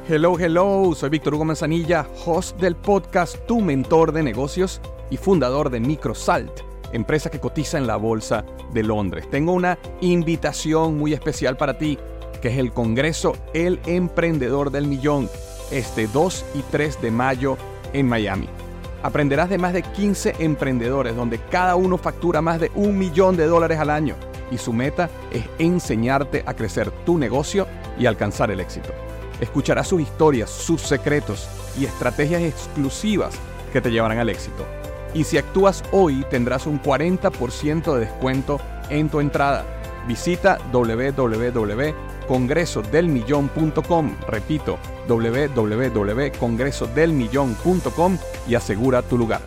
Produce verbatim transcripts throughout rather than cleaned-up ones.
Hello, hello, soy Víctor Hugo Manzanilla, host del podcast Tu Mentor de Negocios y fundador de Microsalt, empresa que cotiza en la Bolsa de Londres. Tengo una invitación muy especial para ti, que es el Congreso El Emprendedor del Millón, este dos y tres de mayo en Miami. Aprenderás de más de quince emprendedores, donde cada uno factura más de un millón de dólares al año, y su meta es enseñarte a crecer tu negocio y alcanzar el éxito. Escucharás sus historias, sus secretos y estrategias exclusivas que te llevarán al éxito. Y si actúas hoy, tendrás un cuarenta por ciento de descuento en tu entrada. Visita doble u doble u doble u punto congreso del millón punto com, repito, doble u doble u doble u punto congreso del millón punto com y asegura tu lugar.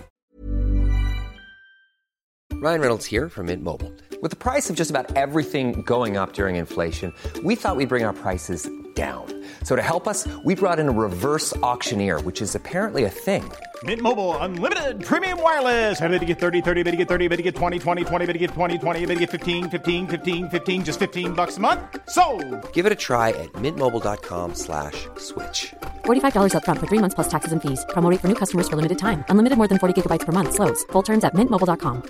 Ryan Reynolds here from Mint Mobile. With the price of just about everything going up during inflation, we thought we'd bring our prices down. So to help us, we brought in a reverse auctioneer, which is apparently a thing. Mint Mobile Unlimited Premium Wireless. How to get thirty, thirty, how to get thirty, how to get twenty, twenty, twenty, how to get twenty, twenty, how to get fifteen, fifteen, fifteen, fifteen, just fifteen bucks a month? Sold! Give it a try at mintmobile.com slash switch. forty-five dollars up front for three months plus taxes and fees. Promo rate for new customers for limited time. Unlimited more than forty gigabytes per month. Slows full terms at mint mobile dot com.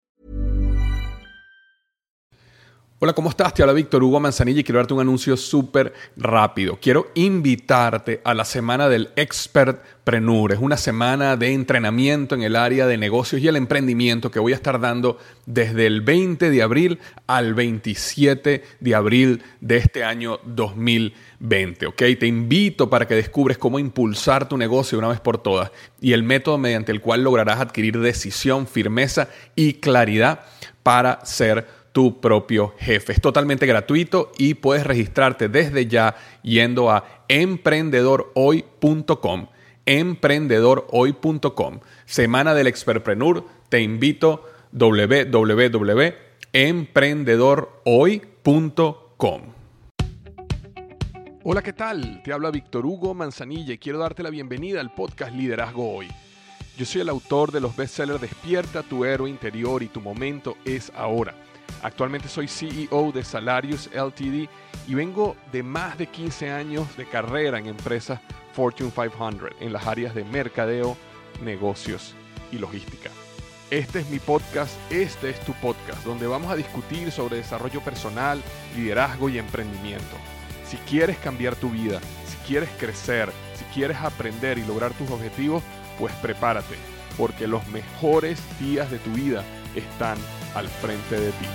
Hola, ¿cómo estás? Te habla Víctor Hugo Manzanilla y quiero darte un anuncio súper rápido. Quiero invitarte a la semana del Expertpreneur. Es una semana de entrenamiento en el área de negocios y el emprendimiento que voy a estar dando desde el veinte de abril al veintisiete de abril de este año dos mil veinte. ¿Ok? Te invito para que descubres cómo impulsar tu negocio de una vez por todas y el método mediante el cual lograrás adquirir decisión, firmeza y claridad para ser tu propio jefe. Es totalmente gratuito y puedes registrarte desde ya yendo a emprendedor hoy punto com. emprendedor hoy punto com. Semana del Expertpreneur. Te invito doble u doble u doble u punto emprendedor hoy punto com. Hola, ¿qué tal? Te habla Víctor Hugo Manzanilla y quiero darte la bienvenida al podcast Liderazgo Hoy. Yo soy el autor de los bestsellers Despierta tu héroe interior y Tu momento es ahora. Actualmente soy C E O de Salarius Limited y vengo de más de quince años de carrera en empresas Fortune quinientos en las áreas de mercadeo, negocios y logística. Este es mi podcast, este es tu podcast, donde vamos a discutir sobre desarrollo personal, liderazgo y emprendimiento. Si quieres cambiar tu vida, si quieres crecer, si quieres aprender y lograr tus objetivos, pues prepárate, porque los mejores días de tu vida están al frente de ti.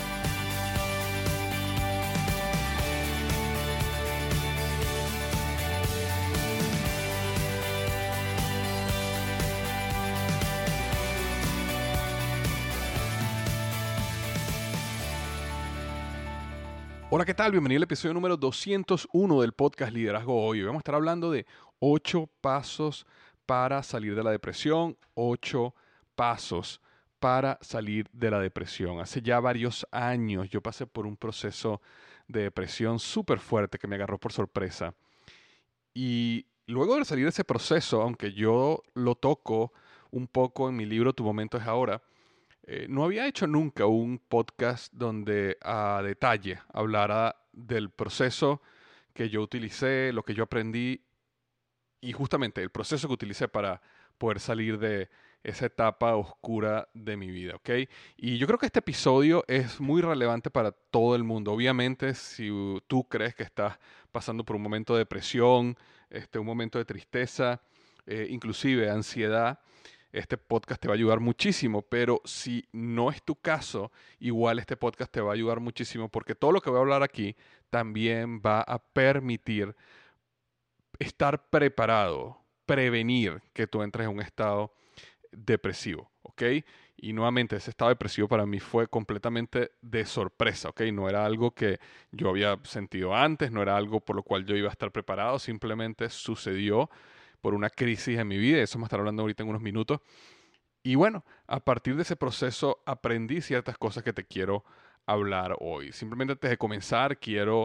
Hola, ¿qué tal? Bienvenido al episodio número doscientos uno del podcast Liderazgo Hoy. Hoy vamos a estar hablando de ocho pasos para salir de la depresión, ocho pasos para salir de la depresión. Hace ya varios años yo pasé por un proceso de depresión súper fuerte que me agarró por sorpresa. Y luego de salir de ese proceso, aunque yo lo toco un poco en mi libro Tu momento es ahora, eh, no había hecho nunca un podcast donde a detalle hablara del proceso que yo utilicé, lo que yo aprendí y justamente el proceso que utilicé para poder salir de esa etapa oscura de mi vida, ¿ok? Y yo creo que este episodio es muy relevante para todo el mundo. Obviamente, si tú crees que estás pasando por un momento de depresión, este, un momento de tristeza, eh, inclusive ansiedad, este podcast te va a ayudar muchísimo. Pero si no es tu caso, igual este podcast te va a ayudar muchísimo porque todo lo que voy a hablar aquí también va a permitir estar preparado, prevenir que tú entres en un estado depresivo, ¿ok? Y nuevamente ese estado depresivo para mí fue completamente de sorpresa, ¿ok? No era algo que yo había sentido antes, no era algo por lo cual yo iba a estar preparado, simplemente sucedió por una crisis en mi vida, eso vamos a estar hablando ahorita en unos minutos. Y bueno, a partir de ese proceso aprendí ciertas cosas que te quiero hablar hoy. Simplemente antes de comenzar quiero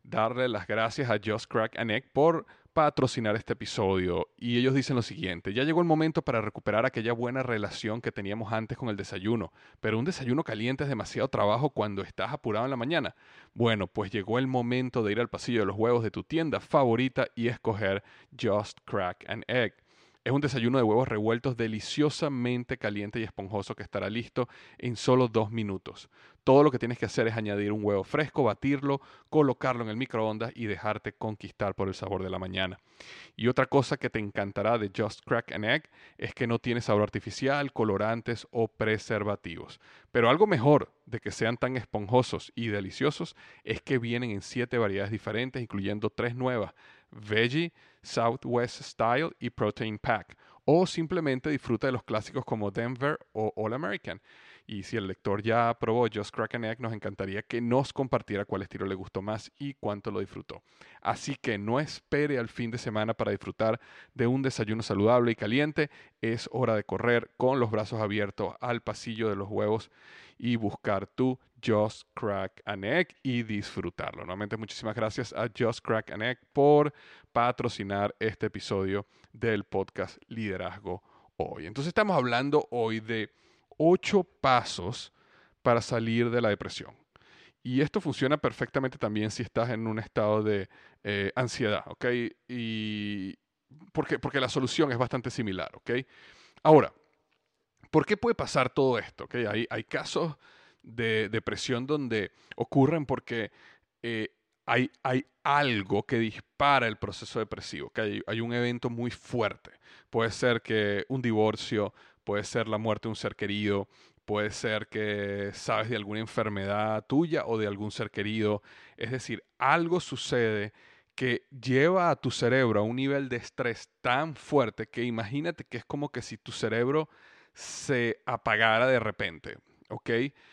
darle las gracias a Just Crack an Egg por patrocinar este episodio. Y ellos dicen lo siguiente: ya llegó el momento para recuperar aquella buena relación que teníamos antes con el desayuno, pero un desayuno caliente es demasiado trabajo cuando estás apurado en la mañana. Bueno, pues llegó el momento de ir al pasillo de los huevos de tu tienda favorita y escoger Just Crack an Egg. Es un desayuno de huevos revueltos deliciosamente caliente y esponjoso que estará listo en solo dos minutos. Todo lo que tienes que hacer es añadir un huevo fresco, batirlo, colocarlo en el microondas y dejarte conquistar por el sabor de la mañana. Y otra cosa que te encantará de Just Crack an Egg es que no tiene sabor artificial, colorantes o preservativos. Pero algo mejor de que sean tan esponjosos y deliciosos es que vienen en siete variedades diferentes, incluyendo tres nuevas: Veggie, Southwest Style y Protein Pack. O simplemente disfruta de los clásicos como Denver o All American. Y si el lector ya probó Just Crack an Egg, nos encantaría que nos compartiera cuál estilo le gustó más y cuánto lo disfrutó. Así que no espere al fin de semana para disfrutar de un desayuno saludable y caliente. Es hora de correr con los brazos abiertos al pasillo de los huevos y buscar tu Just Crack an Egg y disfrutarlo. Nuevamente, muchísimas gracias a Just Crack an Egg por patrocinar este episodio del podcast Liderazgo Hoy. Entonces estamos hablando hoy de ocho pasos para salir de la depresión. Y esto funciona perfectamente también si estás en un estado de eh, ansiedad, ¿ok? Y porque, porque la solución es bastante similar, ¿ok? Ahora, ¿por qué puede pasar todo esto? ¿Okay? Hay, hay casos de depresión donde ocurren porque eh, hay, hay algo que dispara el proceso depresivo. ¿Okay? Hay, hay un evento muy fuerte. Puede ser que un divorcio, puede ser la muerte de un ser querido, puede ser que sabes de alguna enfermedad tuya o de algún ser querido. Es decir, algo sucede que lleva a tu cerebro a un nivel de estrés tan fuerte que imagínate que es como que si tu cerebro se apagara de repente, ¿ok?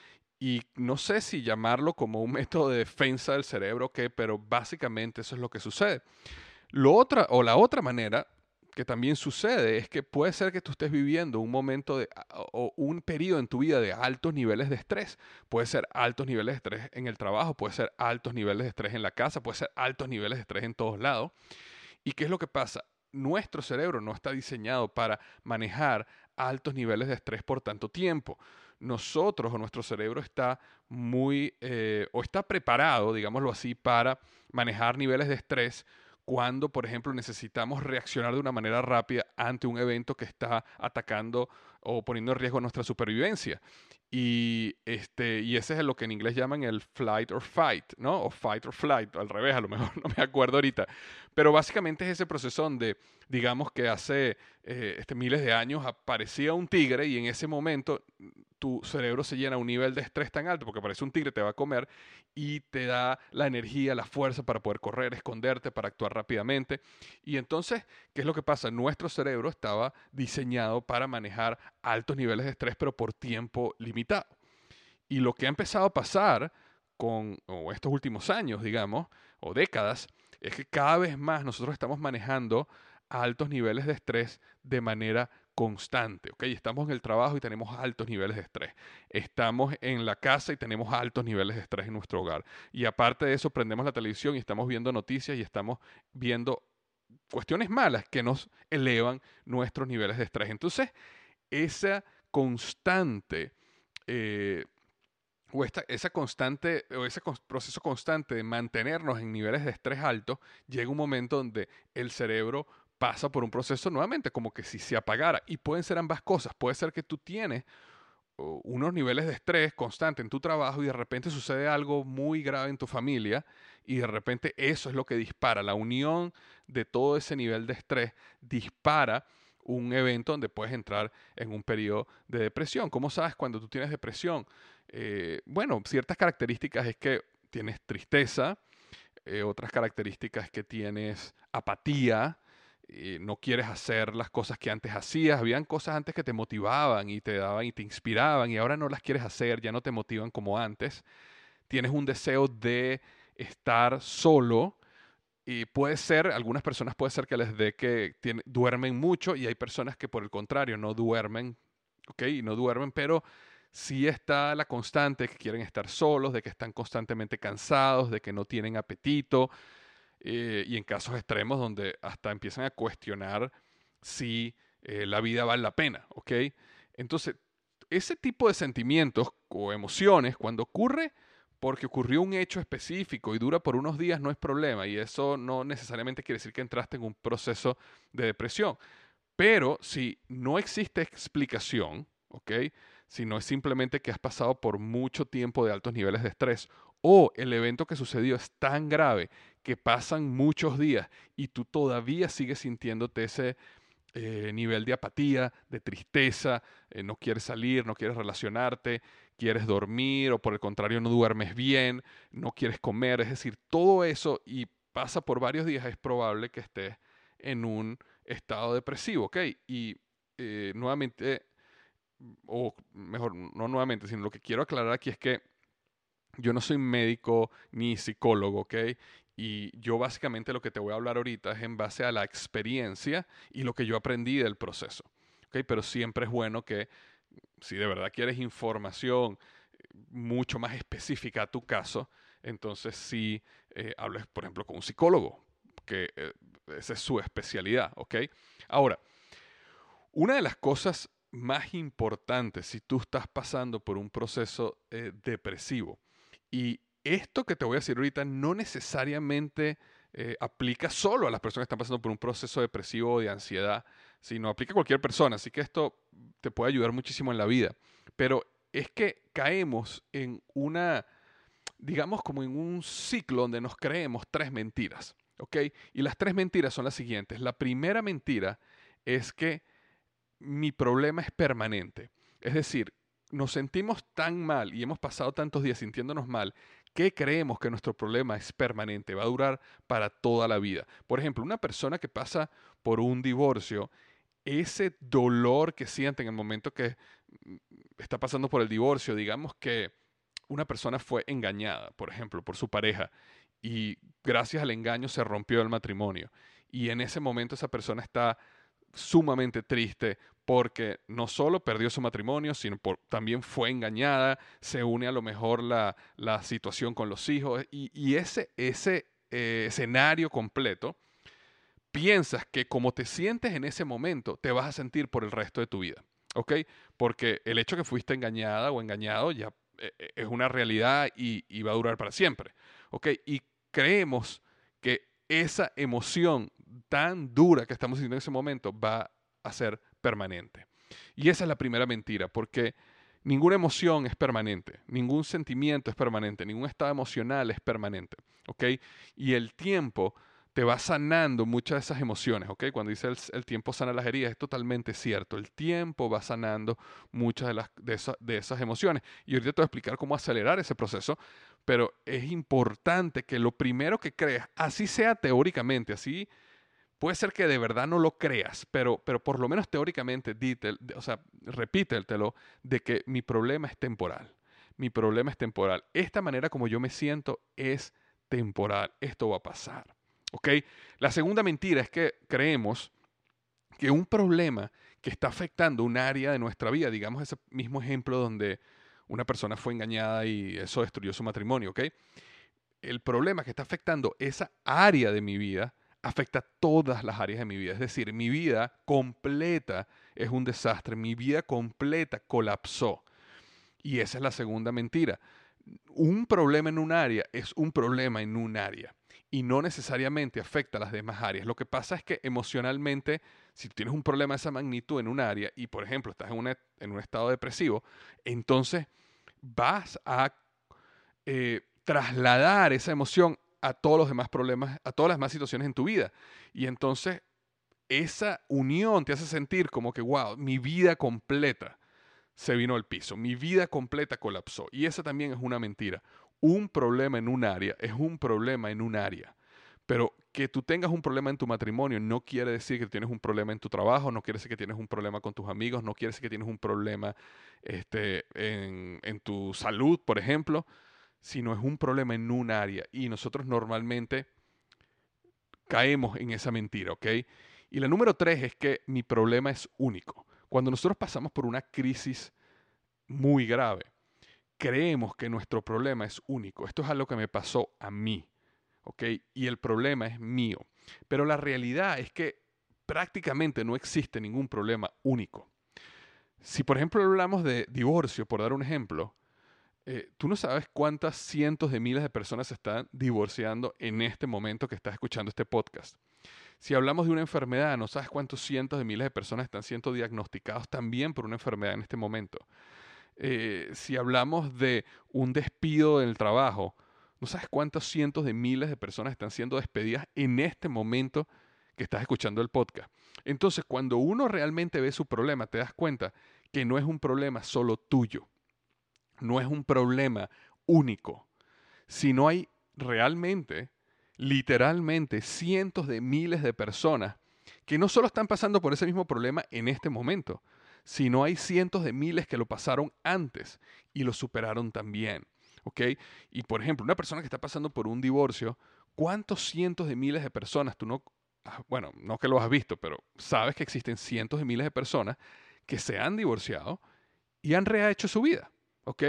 Y no sé si llamarlo como un método de defensa del cerebro, ¿ok? Pero básicamente eso es lo que sucede. Lo otra, o la otra manera que también sucede es que puede ser que tú estés viviendo un momento de, o un periodo en tu vida de altos niveles de estrés. Puede ser altos niveles de estrés en el trabajo, puede ser altos niveles de estrés en la casa, puede ser altos niveles de estrés en todos lados. ¿Y qué es lo que pasa? Nuestro cerebro no está diseñado para manejar altos niveles de estrés por tanto tiempo. Nosotros o nuestro cerebro está muy, eh, o está preparado, digámoslo así, para manejar niveles de estrés cuando, por ejemplo, necesitamos reaccionar de una manera rápida ante un evento que está atacando o poniendo en riesgo nuestra supervivencia. Y, este, y ese es lo que en inglés llaman el flight or fight, ¿no? O fight or flight, al revés, a lo mejor no me acuerdo ahorita. Pero básicamente es ese proceso donde, digamos que hace eh, este, miles de años aparecía un tigre y en ese momento tu cerebro se llena a un nivel de estrés tan alto porque aparece un tigre, te va a comer y te da la energía, la fuerza para poder correr, esconderte, para actuar rápidamente. Y entonces, ¿qué es lo que pasa? Nuestro cerebro estaba diseñado para manejar altos niveles de estrés, pero por tiempo limitado. Y lo que ha empezado a pasar con o estos últimos años, digamos, o décadas, es que cada vez más nosotros estamos manejando altos niveles de estrés de manera constante, ¿ok? Estamos en el trabajo y tenemos altos niveles de estrés. Estamos en la casa y tenemos altos niveles de estrés en nuestro hogar. Y aparte de eso, prendemos la televisión y estamos viendo noticias y estamos viendo cuestiones malas que nos elevan nuestros niveles de estrés. Entonces, esa constante eh, o esta, esa constante o ese proceso constante de mantenernos en niveles de estrés altos, llega un momento donde el cerebro pasa por un proceso nuevamente como que si se apagara. Y pueden ser ambas cosas. Puede ser que tú tienes uh, unos niveles de estrés constante en tu trabajo y de repente sucede algo muy grave en tu familia y de repente eso es lo que dispara. La unión de todo ese nivel de estrés dispara un evento donde puedes entrar en un periodo de depresión. ¿Cómo sabes cuando tú tienes depresión? Eh, bueno, ciertas características es que tienes tristeza, eh, otras características es que tienes apatía, eh, no quieres hacer las cosas que antes hacías. Habían cosas antes que te motivaban y te daban y te inspiraban y ahora no las quieres hacer, ya no te motivan como antes. Tienes un deseo de estar solo. Y puede ser, algunas personas puede ser que les dé que tiene, duermen mucho y hay personas que por el contrario no duermen, ¿ok? Y no duermen, pero sí está la constante de que quieren estar solos, de que están constantemente cansados, de que no tienen apetito, eh, y en casos extremos donde hasta empiezan a cuestionar si eh, la vida vale la pena, ¿ok? Entonces, ese tipo de sentimientos o emociones, cuando ocurre porque ocurrió un hecho específico y dura por unos días, no es problema, y eso no necesariamente quiere decir que entraste en un proceso de depresión. Pero si no existe explicación, ¿ok? Si no es simplemente que has pasado por mucho tiempo de altos niveles de estrés o el evento que sucedió es tan grave que pasan muchos días y tú todavía sigues sintiéndote ese eh, nivel de apatía, de tristeza, eh, no quieres salir, no quieres relacionarte, quieres dormir o por el contrario no duermes bien, no quieres comer, es decir, todo eso y pasa por varios días, es probable que estés en un estado depresivo, ¿ok? Y eh, nuevamente, o mejor, no nuevamente, sino lo que quiero aclarar aquí es que yo no soy médico ni psicólogo, ¿ok? Y yo básicamente lo que te voy a hablar ahorita es en base a la experiencia y lo que yo aprendí del proceso, ¿ok? Pero siempre es bueno que si de verdad quieres información mucho más específica a tu caso, entonces sí eh, hables, por ejemplo, con un psicólogo, que eh, esa es su especialidad, ¿ok? Ahora, una de las cosas más importantes si tú estás pasando por un proceso eh, depresivo, y esto que te voy a decir ahorita no necesariamente eh, aplica solo a las personas que están pasando por un proceso depresivo o de ansiedad, sino aplica a cualquier persona, así que esto te puede ayudar muchísimo en la vida, pero es que caemos en una, digamos como en un ciclo donde nos creemos tres mentiras, ¿ok? Y las tres mentiras son las siguientes. La primera mentira es que mi problema es permanente. Es decir, nos sentimos tan mal y hemos pasado tantos días sintiéndonos mal que creemos que nuestro problema es permanente, va a durar para toda la vida. Por ejemplo, una persona que pasa por un divorcio, ese dolor que siente en el momento que está pasando por el divorcio, digamos que una persona fue engañada, por ejemplo, por su pareja y gracias al engaño se rompió el matrimonio. Y en ese momento esa persona está sumamente triste porque no solo perdió su matrimonio, sino por, también fue engañada, se une a lo mejor la, la situación con los hijos y, y ese, ese eh, escenario completo, piensas que como te sientes en ese momento, te vas a sentir por el resto de tu vida, ¿ok? Porque el hecho que fuiste engañada o engañado ya eh, es una realidad y, y va a durar para siempre, ¿ok? Y creemos que esa emoción tan dura que estamos sintiendo en ese momento va a ser permanente. Y esa es la primera mentira, porque ninguna emoción es permanente, ningún sentimiento es permanente, ningún estado emocional es permanente, ¿ok? Y el tiempo te va sanando muchas de esas emociones, ¿ok? Cuando dice el, el tiempo sana las heridas, es totalmente cierto. El tiempo va sanando muchas de, las, de, esa, de esas emociones. Y ahorita te voy a explicar cómo acelerar ese proceso, pero es importante que lo primero que creas, así sea teóricamente, así puede ser que de verdad no lo creas, pero, pero por lo menos teóricamente, dite, o sea, repítetelo de que mi problema es temporal. Mi problema es temporal. Esta manera como yo me siento es temporal. Esto va a pasar. ¿Ok? La segunda mentira es que creemos que un problema que está afectando un área de nuestra vida, digamos ese mismo ejemplo donde una persona fue engañada y eso destruyó su matrimonio, ¿ok? El problema que está afectando esa área de mi vida afecta todas las áreas de mi vida. Es decir, mi vida completa es un desastre, mi vida completa colapsó. Y esa es la segunda mentira. Un problema en un área es un problema en un área y no necesariamente afecta a las demás áreas. Lo que pasa es que emocionalmente, si tienes un problema de esa magnitud en un área y, por ejemplo, estás en, una, en un estado depresivo, entonces vas a eh, trasladar esa emoción a todos los demás problemas, a todas las demás situaciones en tu vida. Y entonces esa unión te hace sentir como que, wow, mi vida completa se vino al piso, mi vida completa colapsó. Y esa también es una mentira. Un problema en un área es un problema en un área. Pero que tú tengas un problema en tu matrimonio no quiere decir que tienes un problema en tu trabajo, no quiere decir que tienes un problema con tus amigos, no quiere decir que tienes un problema este, en, en tu salud, por ejemplo, sino es un problema en un área. Y nosotros normalmente caemos en esa mentira, ¿ok? Y la número tres es que mi problema es único. Cuando nosotros pasamos por una crisis muy grave. Creemos que nuestro problema es único. Esto es algo que me pasó a mí, ¿ok? Y el problema es mío. Pero la realidad es que prácticamente no existe ningún problema único. Si, por ejemplo, hablamos de divorcio, por dar un ejemplo, eh, tú no sabes cuántas cientos de miles de personas se están divorciando en este momento que estás escuchando este podcast. Si hablamos de una enfermedad, no sabes cuántos cientos de miles de personas están siendo diagnosticados también por una enfermedad en este momento. Eh, si hablamos de un despido del trabajo, no sabes cuántos cientos de miles de personas están siendo despedidas en este momento que estás escuchando el podcast. Entonces, cuando uno realmente ve su problema, te das cuenta que no es un problema solo tuyo, no es un problema único, sino hay realmente, literalmente, cientos de miles de personas que no solo están pasando por ese mismo problema en este momento, sino hay cientos de miles que lo pasaron antes y lo superaron también, ¿ok? Y por ejemplo, una persona que está pasando por un divorcio, ¿cuántos cientos de miles de personas tú no, bueno, no que lo has visto, pero sabes que existen cientos de miles de personas que se han divorciado y han rehecho su vida, ¿ok?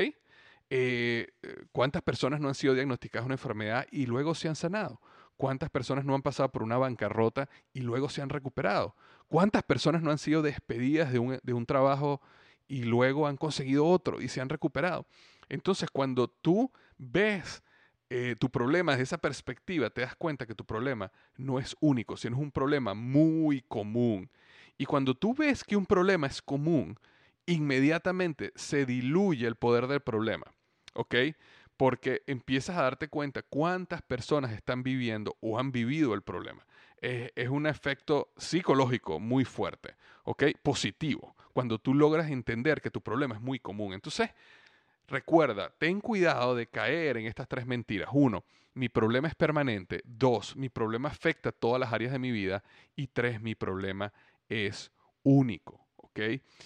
Eh, ¿Cuántas personas no han sido diagnosticadas una enfermedad y luego se han sanado? ¿Cuántas personas no han pasado por una bancarrota y luego se han recuperado? ¿Cuántas personas no han sido despedidas de un, de un trabajo y luego han conseguido otro y se han recuperado? Entonces, cuando tú ves eh, tu problema desde esa perspectiva, te das cuenta que tu problema no es único, sino es un problema muy común. Y cuando tú ves que un problema es común, inmediatamente se diluye el poder del problema, ¿ok? Porque empiezas a darte cuenta cuántas personas están viviendo o han vivido el problema. Es, es un efecto psicológico muy fuerte, ¿ok? Positivo, cuando tú logras entender que tu problema es muy común. Entonces, recuerda, ten cuidado de caer en estas tres mentiras. Uno, mi problema es permanente. Dos, mi problema afecta a todas las áreas de mi vida. Y tres, mi problema es único, ¿ok?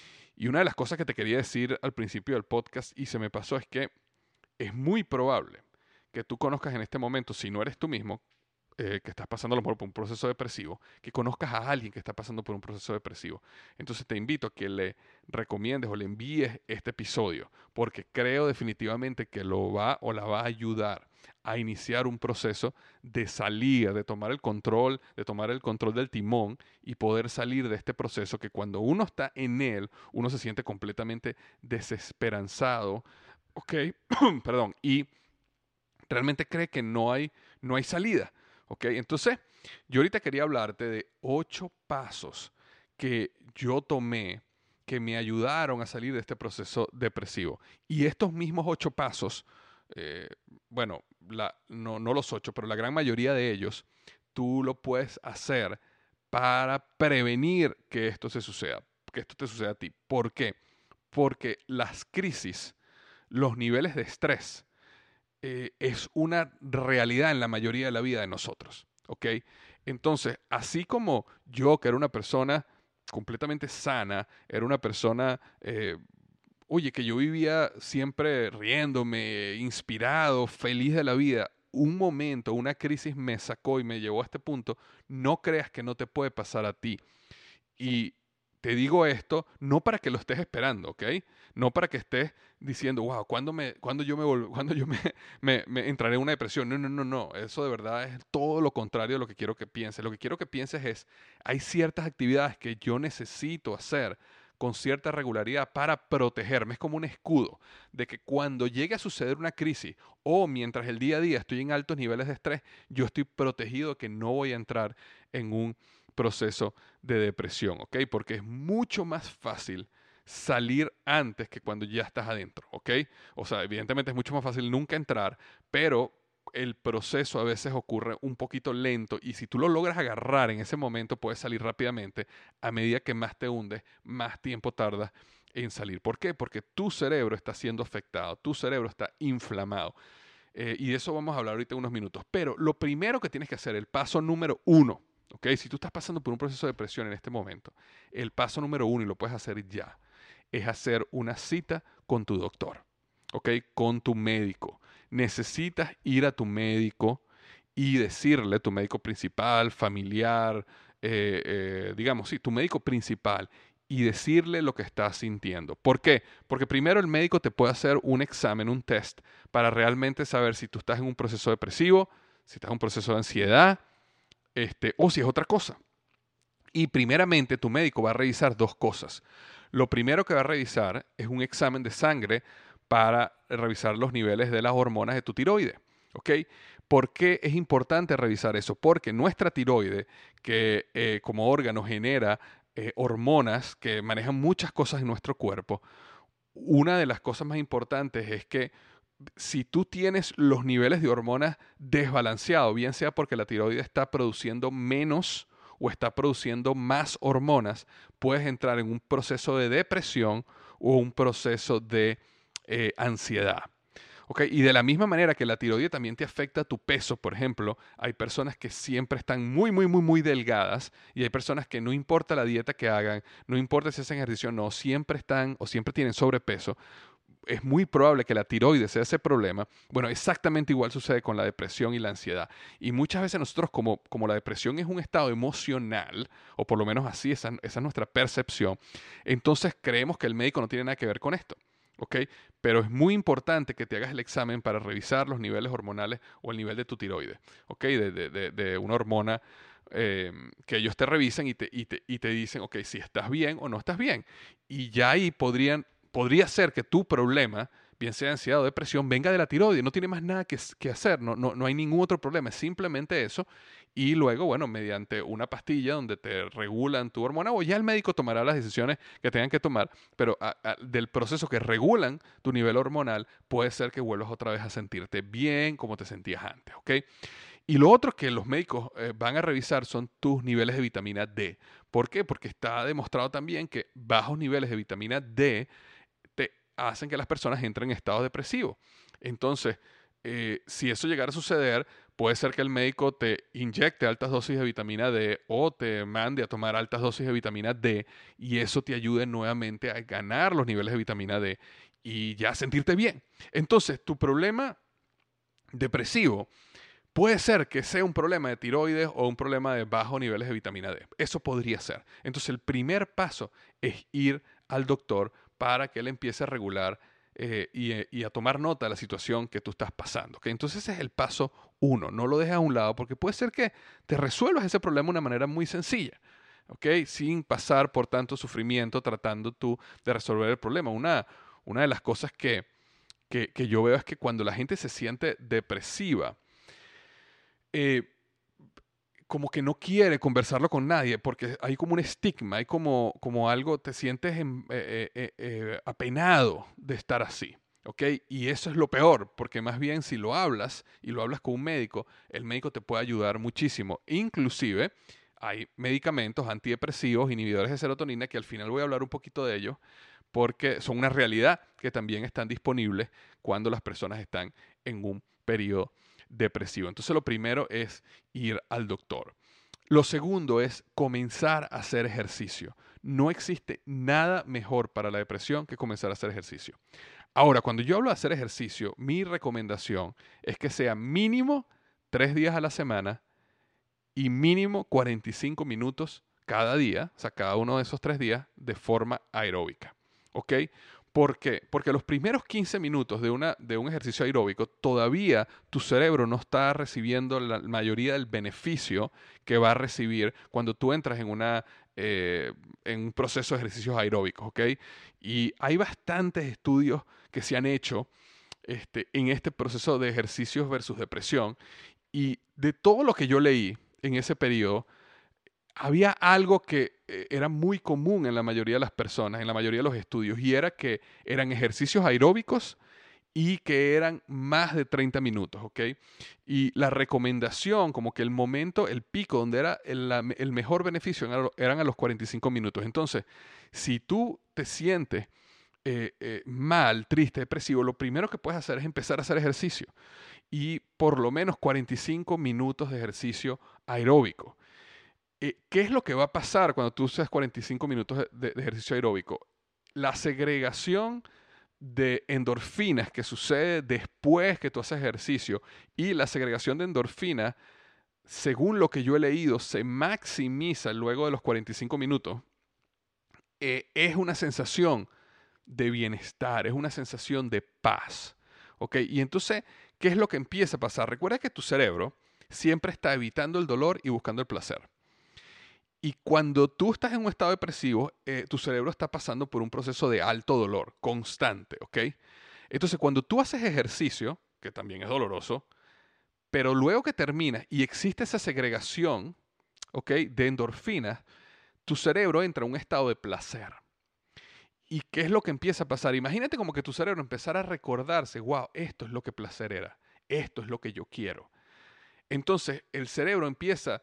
Y una de las cosas que te quería decir al principio del podcast y se me pasó es que es muy probable que tú conozcas en este momento, si no eres tú mismo, eh, que estás pasando a lo mejor por un proceso depresivo, que conozcas a alguien que está pasando por un proceso depresivo. Entonces te invito a que le recomiendes o le envíes este episodio, porque creo definitivamente que lo va o la va a ayudar a iniciar un proceso de salir, de tomar el control, de tomar el control del timón y poder salir de este proceso que cuando uno está en él, uno se siente completamente desesperanzado, ok, perdón, y realmente cree que no hay, no hay salida. ¿Ok? Entonces, yo ahorita quería hablarte de ocho pasos que yo tomé que me ayudaron a salir de este proceso depresivo. Y estos mismos ocho pasos, eh, bueno, la, no, no los ocho, pero la gran mayoría de ellos, tú lo puedes hacer para prevenir que esto se suceda, que esto te suceda a ti. ¿Por qué? Porque las crisis, los niveles de estrés, Eh, es una realidad en la mayoría de la vida de nosotros, ¿ok? Entonces, así como yo, que era una persona completamente sana, era una persona, eh, oye, que yo vivía siempre riéndome, inspirado, feliz de la vida, un momento, una crisis me sacó y me llevó a este punto, no creas que no te puede pasar a ti. Y te digo esto no para que lo estés esperando, ¿ok? No para que estés diciendo, wow, ¿cuándo, me, cuándo yo, me, vol- cuándo yo me, me, me entraré en una depresión? No, no, no, no. Eso de verdad es todo lo contrario de lo que quiero que pienses. Lo que quiero que pienses es, hay ciertas actividades que yo necesito hacer con cierta regularidad para protegerme. Es como un escudo de que cuando llegue a suceder una crisis o mientras el día a día estoy en altos niveles de estrés, yo estoy protegido que no voy a entrar en un proceso de depresión, ¿ok? Porque es mucho más fácil salir antes que cuando ya estás adentro, ¿ok? O sea, evidentemente es mucho más fácil nunca entrar, pero el proceso a veces ocurre un poquito lento y si tú lo logras agarrar en ese momento puedes salir rápidamente. A medida que más te hundes, más tiempo tardas en salir. ¿Por qué? Porque tu cerebro está siendo afectado, tu cerebro está inflamado. Eh, y de eso vamos a hablar ahorita en unos minutos. Pero lo primero que tienes que hacer, el paso número uno, ¿ok? Si tú estás pasando por un proceso de depresión en este momento, el paso número uno, y lo puedes hacer ya, es hacer una cita con tu doctor, ¿ok? Con tu médico. Necesitas ir a tu médico y decirle, tu médico principal, familiar, eh, eh, digamos, sí, tu médico principal, y decirle lo que estás sintiendo. ¿Por qué? Porque primero el médico te puede hacer un examen, un test, para realmente saber si tú estás en un proceso depresivo, si estás en un proceso de ansiedad, este, o si es otra cosa. Y primeramente tu médico va a revisar dos cosas. Lo primero que va a revisar es un examen de sangre para revisar los niveles de las hormonas de tu tiroides. ¿Ok? ¿Por qué es importante revisar eso? Porque nuestra tiroide, que eh, como órgano genera eh, hormonas que manejan muchas cosas en nuestro cuerpo, una de las cosas más importantes es que si tú tienes los niveles de hormonas desbalanceados, bien sea porque la tiroide está produciendo menos o está produciendo más hormonas, puedes entrar en un proceso de depresión o un proceso de eh, ansiedad. ¿Okay? Y de la misma manera que la tiroide también te afecta a tu peso, por ejemplo, hay personas que siempre están muy, muy, muy, muy delgadas y hay personas que no importa la dieta que hagan, no importa si hacen ejercicio o no, siempre están o siempre tienen sobrepeso. Es muy probable que la tiroides sea ese problema. Bueno, exactamente igual sucede con la depresión y la ansiedad. Y muchas veces nosotros, como, como la depresión es un estado emocional, o por lo menos así, esa, esa es nuestra percepción, entonces creemos que el médico no tiene nada que ver con esto. ¿Ok? Pero es muy importante que te hagas el examen para revisar los niveles hormonales o el nivel de tu tiroides, ¿ok? De, de, de, de una hormona eh, que ellos te revisen y te, y, te, y te dicen, ok, si estás bien o no estás bien. Y ya ahí podrían, podría ser que tu problema, bien sea ansiedad o depresión, venga de la tiroides, no tiene más nada que, que hacer, no, no, no hay ningún otro problema, es simplemente eso. Y luego, bueno, mediante una pastilla donde te regulan tu hormona, o ya el médico tomará las decisiones que tengan que tomar, pero a, a, del proceso que regulan tu nivel hormonal, puede ser que vuelvas otra vez a sentirte bien como te sentías antes, ¿ok? Y lo otro que los médicos eh, van a revisar son tus niveles de vitamina D. ¿Por qué? Porque está demostrado también que bajos niveles de vitamina D te hacen que las personas entren en estado depresivo. Entonces, eh, si eso llegara a suceder, puede ser que el médico te inyecte altas dosis de vitamina D o te mande a tomar altas dosis de vitamina D y eso te ayude nuevamente a ganar los niveles de vitamina D y ya sentirte bien. Entonces, tu problema depresivo puede ser que sea un problema de tiroides o un problema de bajos niveles de vitamina D. Eso podría ser. Entonces, el primer paso es ir al doctor para que él empiece a regular eh, y, y a tomar nota de la situación que tú estás pasando. ¿Okay? Entonces ese es el paso uno. No lo dejes a un lado porque puede ser que te resuelvas ese problema de una manera muy sencilla. ¿Okay? Sin pasar por tanto sufrimiento tratando tú de resolver el problema. Una, una de las cosas que, que, que yo veo es que cuando la gente se siente depresiva, eh, como que no quiere conversarlo con nadie porque hay como un estigma, hay como, como algo, te sientes en, eh, eh, eh, apenado de estar así, ¿ok? Y eso es lo peor, porque más bien si lo hablas y lo hablas con un médico, el médico te puede ayudar muchísimo. Inclusive hay medicamentos antidepresivos, inhibidores de serotonina, que al final voy a hablar un poquito de ellos, porque son una realidad que también están disponibles cuando las personas están en un periodo depresivo. Entonces lo primero es ir al doctor. Lo segundo es comenzar a hacer ejercicio. No existe nada mejor para la depresión que comenzar a hacer ejercicio. Ahora, cuando yo hablo de hacer ejercicio, mi recomendación es que sea mínimo tres días a la semana y mínimo cuarenta y cinco minutos cada día, o sea, cada uno de esos tres días de forma aeróbica. ¿Ok? ¿Por qué? Porque los primeros quince minutos de, una, de un ejercicio aeróbico todavía tu cerebro no está recibiendo la mayoría del beneficio que va a recibir cuando tú entras en, una, eh, en un proceso de ejercicios aeróbicos, ¿ok? Y hay bastantes estudios que se han hecho este, en este proceso de ejercicios versus depresión y de todo lo que yo leí en ese periodo, había algo que eh, era muy común en la mayoría de las personas, en la mayoría de los estudios, y era que eran ejercicios aeróbicos y que eran más de treinta minutos, ¿ok? Y la recomendación, como que el momento, el pico donde era el, la, el mejor beneficio eran a los cuarenta y cinco minutos. Entonces, si tú te sientes eh, eh, mal, triste, depresivo, lo primero que puedes hacer es empezar a hacer ejercicio. Y por lo menos cuarenta y cinco minutos de ejercicio aeróbico. ¿Qué es lo que va a pasar cuando tú haces cuarenta y cinco minutos de, de ejercicio aeróbico? La segregación de endorfinas que sucede después que tú haces ejercicio y la segregación de endorfinas, según lo que yo he leído, se maximiza luego de los cuarenta y cinco minutos eh, es una sensación de bienestar, es una sensación de paz. ¿Ok? Y entonces, ¿qué es lo que empieza a pasar? Recuerda que tu cerebro siempre está evitando el dolor y buscando el placer. Y cuando tú estás en un estado depresivo, eh, tu cerebro está pasando por un proceso de alto dolor, constante, ¿ok? Entonces, cuando tú haces ejercicio, que también es doloroso, pero luego que terminas y existe esa segregación, ¿ok?, de endorfinas, tu cerebro entra en un estado de placer. ¿Y qué es lo que empieza a pasar? Imagínate como que tu cerebro empezara a recordarse, wow, esto es lo que placer era, esto es lo que yo quiero. Entonces, el cerebro empieza...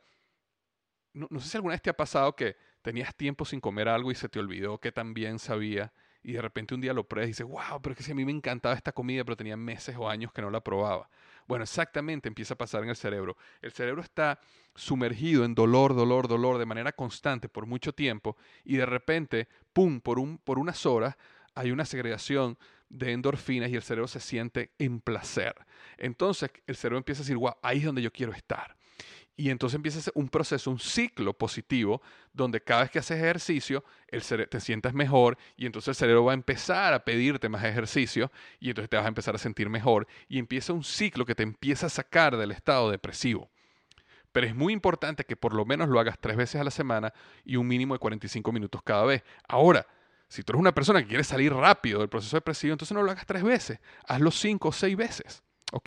No, no sé si alguna vez te ha pasado que tenías tiempo sin comer algo y se te olvidó que también sabía y de repente un día lo pruebas y dices, wow, pero es que si a mí me encantaba esta comida, pero tenía meses o años que no la probaba. Bueno, exactamente empieza a pasar en el cerebro. El cerebro está sumergido en dolor, dolor, dolor de manera constante por mucho tiempo y de repente, pum, por, un, por unas horas hay una segregación de endorfinas y el cerebro se siente en placer. Entonces el cerebro empieza a decir, wow, ahí es donde yo quiero estar. Y entonces empieza un proceso, un ciclo positivo, donde cada vez que haces ejercicio, el cere- te sientas mejor y entonces el cerebro va a empezar a pedirte más ejercicio y entonces te vas a empezar a sentir mejor y empieza un ciclo que te empieza a sacar del estado depresivo. Pero es muy importante que por lo menos lo hagas tres veces a la semana y un mínimo de cuarenta y cinco minutos cada vez. Ahora, si tú eres una persona que quiere salir rápido del proceso depresivo, entonces no lo hagas tres veces, hazlo cinco o seis veces. ¿Ok?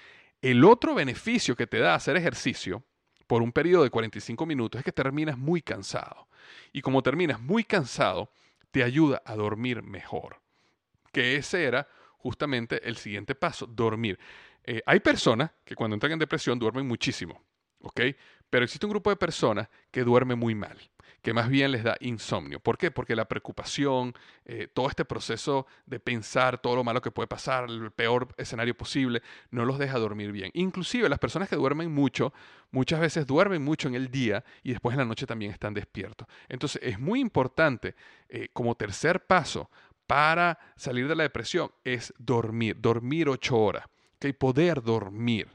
El otro beneficio que te da hacer ejercicio por un periodo de cuarenta y cinco minutos es que terminas muy cansado. Y como terminas muy cansado, te ayuda a dormir mejor. Que ese era justamente el siguiente paso, dormir. Eh, hay personas que cuando entran en depresión duermen muchísimo, ¿ok? Pero existe un grupo de personas que duerme muy mal, que más bien les da insomnio. ¿Por qué? Porque la preocupación, eh, todo este proceso de pensar todo lo malo que puede pasar, el peor escenario posible, no los deja dormir bien. Inclusive las personas que duermen mucho, muchas veces duermen mucho en el día y después en la noche también están despiertos. Entonces es muy importante, eh, como tercer paso para salir de la depresión, es dormir, dormir ocho horas, ¿okay? Poder dormir.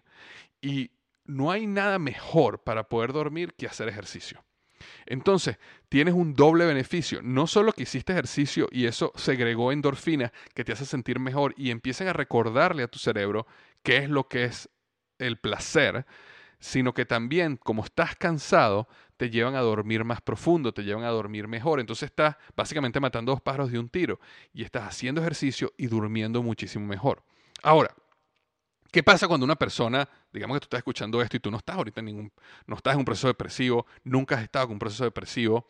Y no hay nada mejor para poder dormir que hacer ejercicio. Entonces, tienes un doble beneficio. No solo que hiciste ejercicio y eso segregó endorfinas que te hace sentir mejor y empiezan a recordarle a tu cerebro qué es lo que es el placer, sino que también, como estás cansado, te llevan a dormir más profundo, te llevan a dormir mejor. Entonces estás básicamente matando dos pájaros de un tiro y estás haciendo ejercicio y durmiendo muchísimo mejor. Ahora, ¿qué pasa cuando una persona, digamos que tú estás escuchando esto y tú no estás ahorita en ningún, no estás en un proceso depresivo, nunca has estado en un proceso depresivo?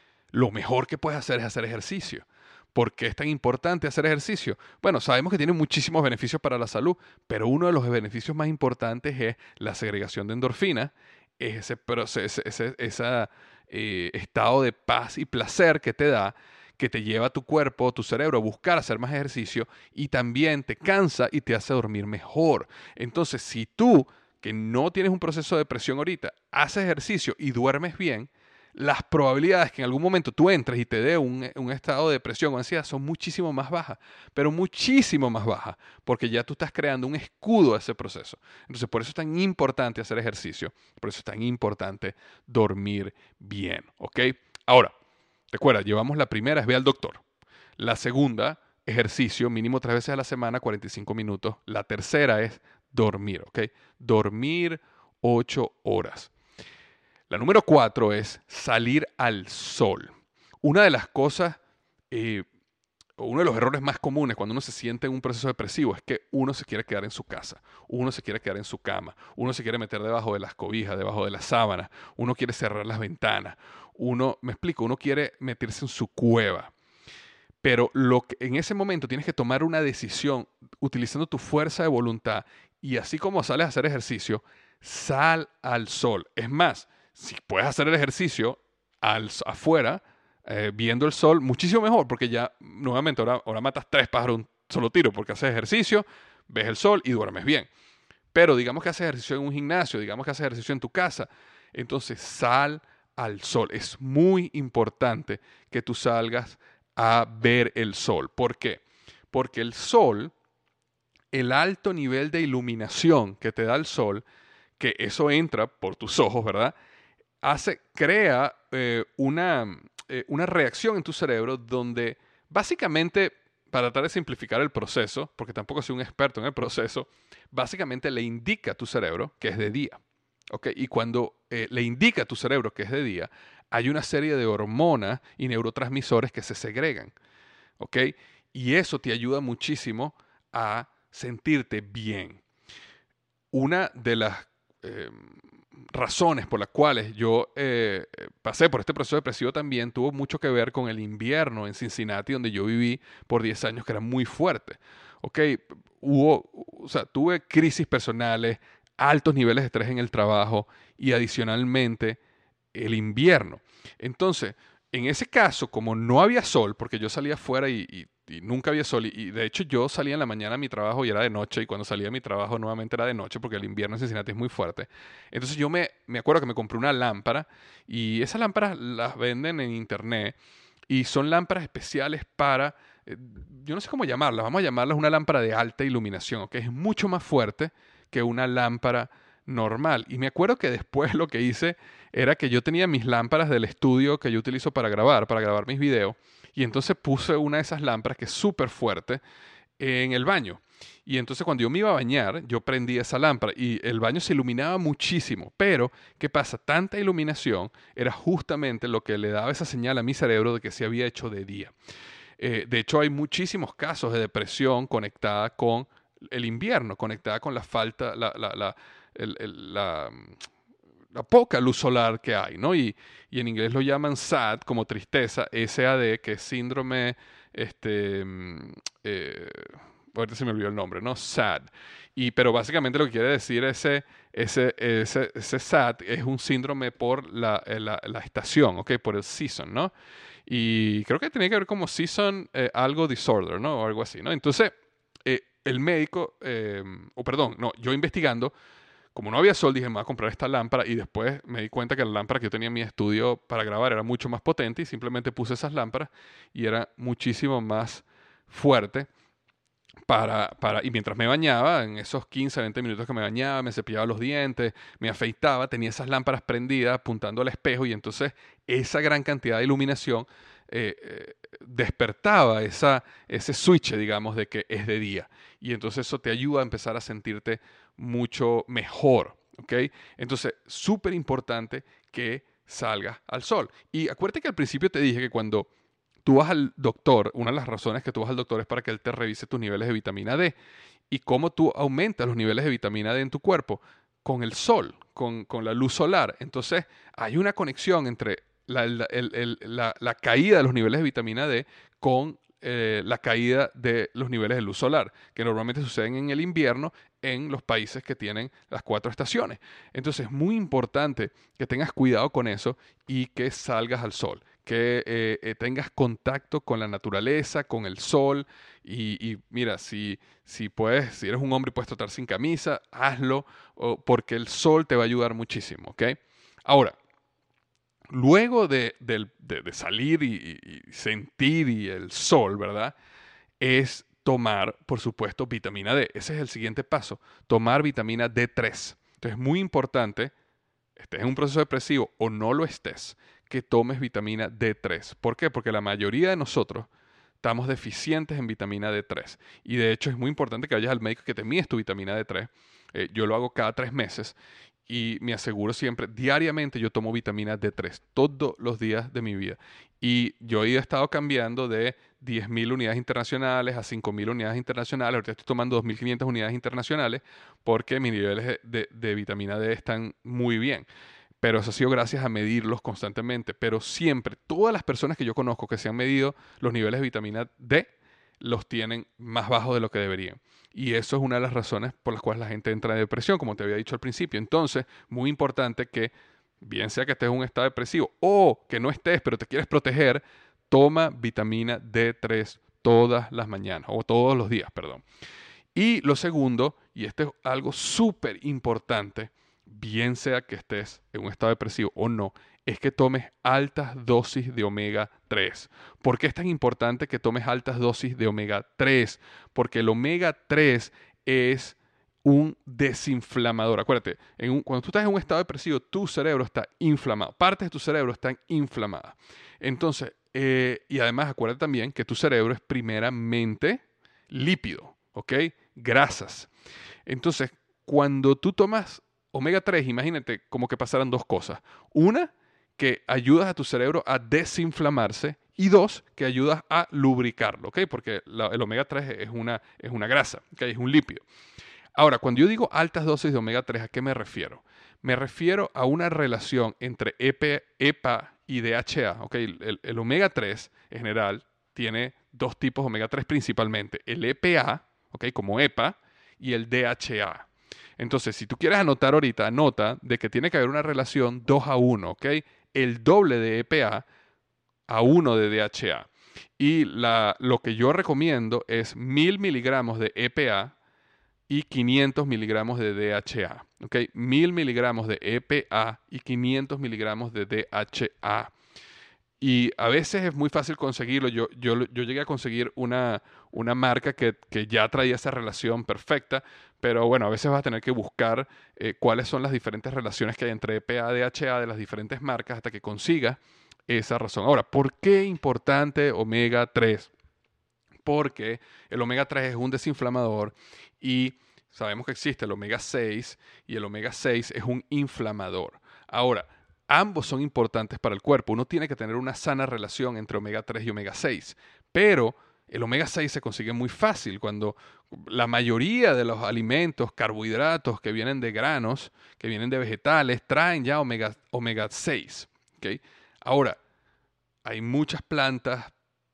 Lo mejor que puedes hacer es hacer ejercicio. ¿Por qué es tan importante hacer ejercicio? Bueno, sabemos que tiene muchísimos beneficios para la salud, pero uno de los beneficios más importantes es la segregación de endorfinas, es ese, proceso, ese, ese eh, estado de paz y placer que te da, que te lleva a tu cuerpo, tu cerebro a buscar hacer más ejercicio y también te cansa y te hace dormir mejor. Entonces, si tú, que no tienes un proceso de depresión ahorita, haces ejercicio y duermes bien, las probabilidades que en algún momento tú entres y te dé un, un estado de depresión o ansiedad son muchísimo más bajas, pero muchísimo más bajas, porque ya tú estás creando un escudo a ese proceso. Entonces, por eso es tan importante hacer ejercicio, por eso es tan importante dormir bien, ¿ok? Ahora, recuerda, llevamos la primera, es ve al doctor. La segunda, ejercicio, mínimo tres veces a la semana, cuarenta y cinco minutos. La tercera es dormir, ¿ok? Dormir ocho horas. La número cuatro es salir al sol. Una de las cosas, eh, uno de los errores más comunes cuando uno se siente en un proceso depresivo es que uno se quiere quedar en su casa, uno se quiere quedar en su cama, uno se quiere meter debajo de las cobijas, debajo de las sábanas, uno quiere cerrar las ventanas, uno, me explico, uno quiere meterse en su cueva. Pero lo que, en ese momento tienes que tomar una decisión utilizando tu fuerza de voluntad y así como sales a hacer ejercicio, sal al sol. Es más, si puedes hacer el ejercicio al, afuera, eh, viendo el sol, muchísimo mejor, porque ya nuevamente ahora, ahora matas tres pájaros de un solo tiro, porque haces ejercicio, ves el sol y duermes bien. Pero digamos que haces ejercicio en un gimnasio, digamos que haces ejercicio en tu casa, entonces sal al sol. Es muy importante que tú salgas a ver el sol. ¿Por qué? Porque el sol, el alto nivel de iluminación que te da el sol, que eso entra por tus ojos, ¿verdad? Hace, crea eh, una, eh, una reacción en tu cerebro donde básicamente, para tratar de simplificar el proceso, porque tampoco soy un experto en el proceso, básicamente le indica a tu cerebro que es de día. ¿Okay? Y cuando eh, le indica a tu cerebro que es de día, hay una serie de hormonas y neurotransmisores que se segregan. ¿Okay? Y eso te ayuda muchísimo a sentirte bien. Una de las eh, razones por las cuales yo eh, pasé por este proceso depresivo también tuvo mucho que ver con el invierno en Cincinnati, donde yo viví por diez años, que era muy fuerte. ¿Okay? Hubo, o sea, tuve crisis personales, altos niveles de estrés en el trabajo y adicionalmente el invierno. Entonces, en ese caso, como no había sol, porque yo salía afuera y, y, y nunca había sol, y, y de hecho yo salía en la mañana a mi trabajo y era de noche, y cuando salía a mi trabajo nuevamente era de noche, porque el invierno en Cincinnati es muy fuerte. Entonces yo me, me acuerdo que me compré una lámpara, y esas lámparas las venden en internet, y son lámparas especiales para, eh, yo no sé cómo llamarlas, vamos a llamarlas una lámpara de alta iluminación, ¿ok? Es mucho más fuerte que una lámpara normal. Y me acuerdo que después lo que hice era que yo tenía mis lámparas del estudio que yo utilizo para grabar, para grabar mis videos, y entonces puse una de esas lámparas que es súper fuerte en el baño. Y entonces cuando yo me iba a bañar, yo prendía esa lámpara y el baño se iluminaba muchísimo. Pero, ¿qué pasa? Tanta iluminación era justamente lo que le daba esa señal a mi cerebro de que se había hecho de día. Eh, de hecho, hay muchísimos casos de depresión conectada con el invierno, conectada con la falta, la, la, la, el, el, la, la poca luz solar que hay, ¿no? Y, y en inglés lo llaman S A D, como tristeza, S A D, que es síndrome, este, eh, ahorita se me olvidó el nombre, ¿no? S A D. Y, pero básicamente lo que quiere decir ese, ese, ese, ese S A D es un síndrome por la, la, la estación, ¿ok? Por el season, ¿no? Y creo que tenía que ver como season, eh, algo disorder, ¿no? O algo así, ¿no? Entonces, eh, el médico, eh, o perdón, no, yo investigando, como no había sol, dije, me voy a comprar esta lámpara, y después me di cuenta que la lámpara que yo tenía en mi estudio para grabar era mucho más potente, y simplemente puse esas lámparas y era muchísimo más fuerte para, para, y mientras me bañaba, en esos quince, veinte minutos que me bañaba, me cepillaba los dientes, me afeitaba, tenía esas lámparas prendidas apuntando al espejo, y entonces esa gran cantidad de iluminación eh, eh, despertaba esa, ese switch, digamos, de que es de día. Y entonces eso te ayuda a empezar a sentirte mucho mejor, ¿ok? Entonces, súper importante que salgas al sol. Y acuérdate que al principio te dije que cuando tú vas al doctor, una de las razones que tú vas al doctor es para que él te revise tus niveles de vitamina D. Y cómo tú aumentas los niveles de vitamina D en tu cuerpo con el sol, con, con la luz solar. Entonces, hay una conexión entre la, la, el, el, la, la caída de los niveles de vitamina D con eh, la caída de los niveles de luz solar, que normalmente suceden en el invierno en los países que tienen las cuatro estaciones. Entonces, es muy importante que tengas cuidado con eso y que salgas al sol, que eh, eh, tengas contacto con la naturaleza, con el sol, y, y mira, si, si puedes, si eres un hombre y puedes trotar sin camisa, hazlo, o, porque el sol te va a ayudar muchísimo, ¿ok? Ahora, luego de, de, de, de salir y, y sentir y el sol, ¿verdad? Es tomar, por supuesto, vitamina D. Ese es el siguiente paso, tomar vitamina D tres. Entonces, es muy importante, estés en un proceso depresivo o no lo estés, que tomes vitamina D tres. ¿Por qué? Porque la mayoría de nosotros estamos deficientes en vitamina D tres. Y de hecho es muy importante que vayas al médico que te mides tu vitamina D tres. Eh, yo lo hago cada tres meses y me aseguro siempre, diariamente yo tomo vitamina D tres todos los días de mi vida. Y yo he estado cambiando de diez mil unidades internacionales a cinco mil unidades internacionales. Ahorita estoy tomando dos mil quinientas unidades internacionales porque mis niveles de, de, de vitamina D están muy bien. Pero eso ha sido gracias a medirlos constantemente. Pero siempre, todas las personas que yo conozco que se han medido los niveles de vitamina D, los tienen más bajos de lo que deberían. Y eso es una de las razones por las cuales la gente entra en depresión, como te había dicho al principio. Entonces, muy importante que, bien sea que estés en un estado depresivo o que no estés, pero te quieres proteger, toma vitamina D tres todas las mañanas, o todos los días, perdón. Y lo segundo, y este es algo súper importante, bien sea que estés en un estado depresivo o no, es que tomes altas dosis de omega tres. ¿Por qué es tan importante que tomes altas dosis de omega tres? Porque el omega tres es un desinflamador. Acuérdate, en un, cuando tú estás en un estado depresivo, tu cerebro está inflamado. Partes de tu cerebro están inflamadas. Entonces, eh, y además acuérdate también que tu cerebro es primeramente lípido, ¿ok? Grasas. Entonces, cuando tú tomas omega tres, imagínate como que pasaran dos cosas. Una, que ayudas a tu cerebro a desinflamarse. Y dos, que ayudas a lubricarlo, ¿ok? Porque la, el omega tres es una, es una grasa, ¿ok? Es un lípido. Ahora, cuando yo digo altas dosis de omega tres, ¿a qué me refiero? Me refiero a una relación entre E P A y D H A, ¿ok? El, el omega tres, en general, tiene dos tipos de omega tres principalmente. El E P A, ¿ok? Como E P A, y el D H A. Entonces, si tú quieres anotar ahorita, anota de que tiene que haber una relación dos a uno, ¿ok? El doble de E P A a uno de D H A. Y la, lo que yo recomiendo es mil miligramos de E P A y quinientos miligramos de D H A. ¿Ok? mil miligramos de E P A y quinientos miligramos de D H A. Y a veces es muy fácil conseguirlo. Yo, yo, yo llegué a conseguir una, una marca que, que ya traía esa relación perfecta, pero bueno, a veces vas a tener que buscar eh, cuáles son las diferentes relaciones que hay entre E P A y D H A de las diferentes marcas hasta que consigas esa razón. Ahora, ¿por qué es importante omega tres? Porque el omega tres es un desinflamador y sabemos que existe el omega seis y el omega seis es un inflamador. Ahora, ambos son importantes para el cuerpo. Uno tiene que tener una sana relación entre omega tres y omega seis, pero el omega seis se consigue muy fácil cuando la mayoría de los alimentos, carbohidratos que vienen de granos, que vienen de vegetales, traen ya omega, omega seis. ¿Okay? Ahora, hay muchas plantas,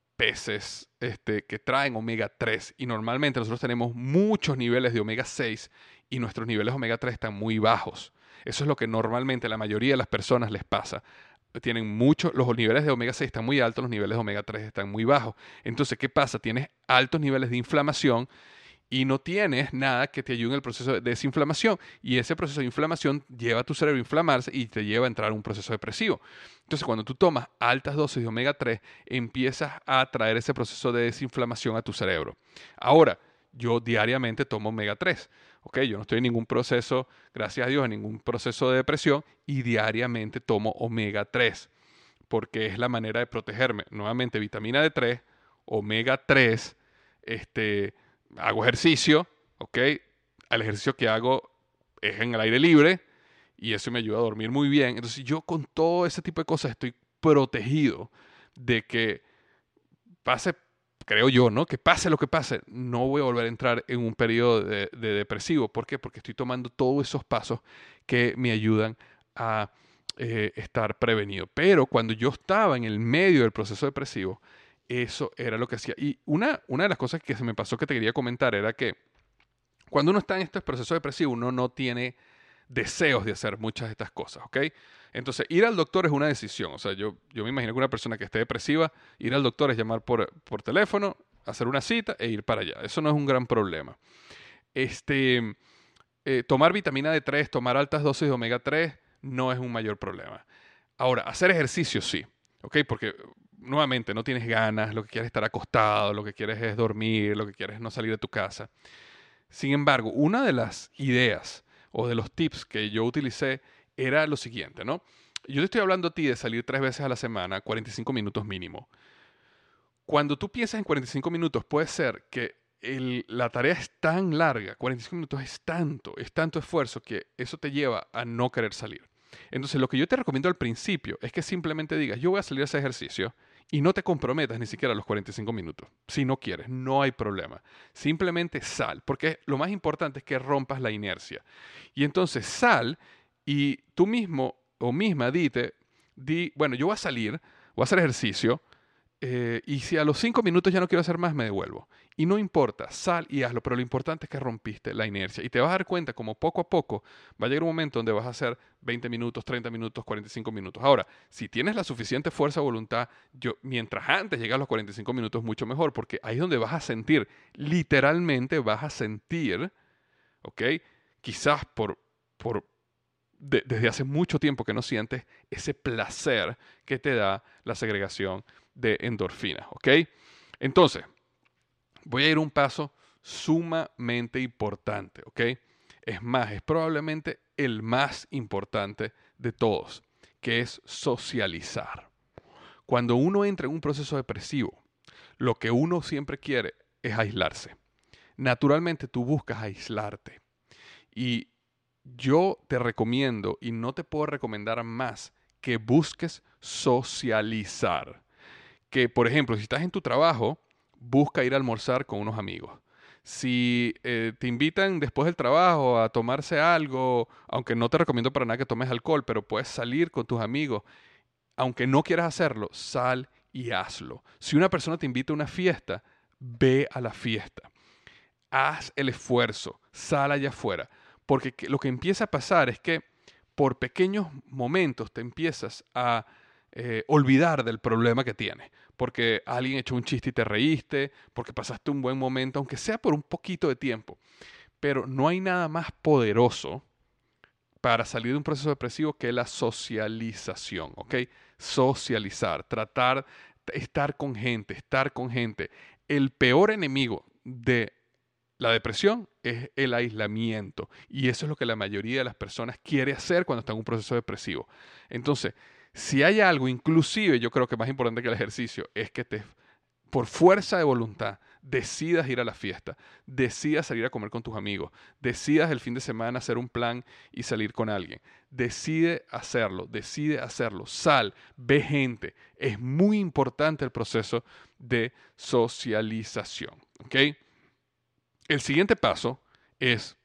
peces este, que traen omega tres y normalmente nosotros tenemos muchos niveles de omega seis y nuestros niveles de omega tres están muy bajos. Eso es lo que normalmente a la mayoría de las personas les pasa. Tienen mucho, los niveles de omega seis están muy altos, los niveles de omega tres están muy bajos. Entonces, ¿qué pasa? Tienes altos niveles de inflamación y no tienes nada que te ayude en el proceso de desinflamación. Y ese proceso de inflamación lleva a tu cerebro a inflamarse y te lleva a entrar en un proceso depresivo. Entonces, cuando tú tomas altas dosis de omega tres, empiezas a traer ese proceso de desinflamación a tu cerebro. Ahora, yo diariamente tomo omega tres. ¿Ok? Yo no estoy en ningún proceso, gracias a Dios, en ningún proceso de depresión y diariamente tomo omega tres porque es la manera de protegerme. Nuevamente, vitamina D tres, omega tres, este... hago ejercicio, ¿ok? El ejercicio que hago es en el aire libre y eso me ayuda a dormir muy bien. Entonces yo con todo ese tipo de cosas estoy protegido de que pase, creo yo, ¿no? Que pase lo que pase, no voy a volver a entrar en un periodo de, de depresivo. ¿Por qué? Porque estoy tomando todos esos pasos que me ayudan a eh, estar prevenido. Pero cuando yo estaba en el medio del proceso depresivo, eso era lo que hacía. Y una, una de las cosas que se me pasó que te quería comentar era que cuando uno está en este proceso depresivo, uno no tiene deseos de hacer muchas de estas cosas, ¿ok? Entonces, ir al doctor es una decisión. O sea, yo, yo me imagino que una persona que esté depresiva, ir al doctor es llamar por, por teléfono, hacer una cita e ir para allá. Eso no es un gran problema. Este, eh, tomar vitamina D tres, tomar altas dosis de omega tres, no es un mayor problema. Ahora, hacer ejercicio sí, ¿ok? Porque nuevamente no tienes ganas, lo que quieres es estar acostado, lo que quieres es dormir, lo que quieres es no salir de tu casa. Sin embargo, una de las ideas o de los tips que yo utilicé era lo siguiente, ¿no? Yo te estoy hablando a ti de salir tres veces a la semana, cuarenta y cinco minutos mínimo. Cuando tú piensas en cuarenta y cinco minutos, puede ser que el, la tarea es tan larga, cuarenta y cinco minutos es tanto, es tanto esfuerzo que eso te lleva a no querer salir. Entonces, lo que yo te recomiendo al principio es que simplemente digas, yo voy a salir a ese ejercicio y no te comprometas ni siquiera a los cuarenta y cinco minutos. Si no quieres, no hay problema. Simplemente sal, porque lo más importante es que rompas la inercia. Y entonces sal y tú mismo o misma dite, di, bueno, yo voy a salir, voy a hacer ejercicio eh, y si a los cinco minutos ya no quiero hacer más, me devuelvo. Y no importa, sal y hazlo, pero lo importante es que rompiste la inercia. Y te vas a dar cuenta como poco a poco va a llegar un momento donde vas a hacer veinte minutos, treinta minutos, cuarenta y cinco minutos. Ahora, si tienes la suficiente fuerza o voluntad, yo, mientras antes llegas a los cuarenta y cinco minutos, mucho mejor, porque ahí es donde vas a sentir, literalmente vas a sentir, ¿ok? Quizás por, por de, desde hace mucho tiempo que no sientes ese placer que te da la segregación de endorfinas, ¿ok? Entonces, voy a ir un paso sumamente importante, ¿ok? Es más, es probablemente el más importante de todos, que es socializar. Cuando uno entra en un proceso depresivo, lo que uno siempre quiere es aislarse. Naturalmente tú buscas aislarte. Y yo te recomiendo, y no te puedo recomendar más, que busques socializar. Que, por ejemplo, si estás en tu trabajo, busca ir a almorzar con unos amigos. Si eh, te invitan después del trabajo a tomarse algo, aunque no te recomiendo para nada que tomes alcohol, pero puedes salir con tus amigos, aunque no quieras hacerlo, sal y hazlo. Si una persona te invita a una fiesta, ve a la fiesta. Haz el esfuerzo, sal allá afuera. Porque que- lo que empieza a pasar es que por pequeños momentos te empiezas a eh, olvidar del problema que tienes. Porque alguien echó un chiste y te reíste, porque pasaste un buen momento, aunque sea por un poquito de tiempo. Pero no hay nada más poderoso para salir de un proceso depresivo que la socialización, ¿ok? Socializar, tratar de estar con gente, estar con gente. El peor enemigo de la depresión es el aislamiento y eso es lo que la mayoría de las personas quiere hacer cuando está en un proceso depresivo. Entonces, si hay algo, inclusive yo creo que más importante que el ejercicio, es que te, por fuerza de voluntad, decidas ir a la fiesta, decidas salir a comer con tus amigos, decidas el fin de semana hacer un plan y salir con alguien. Decide hacerlo, decide hacerlo, sal, ve gente. Es muy importante el proceso de socialización, ¿ok? El siguiente paso es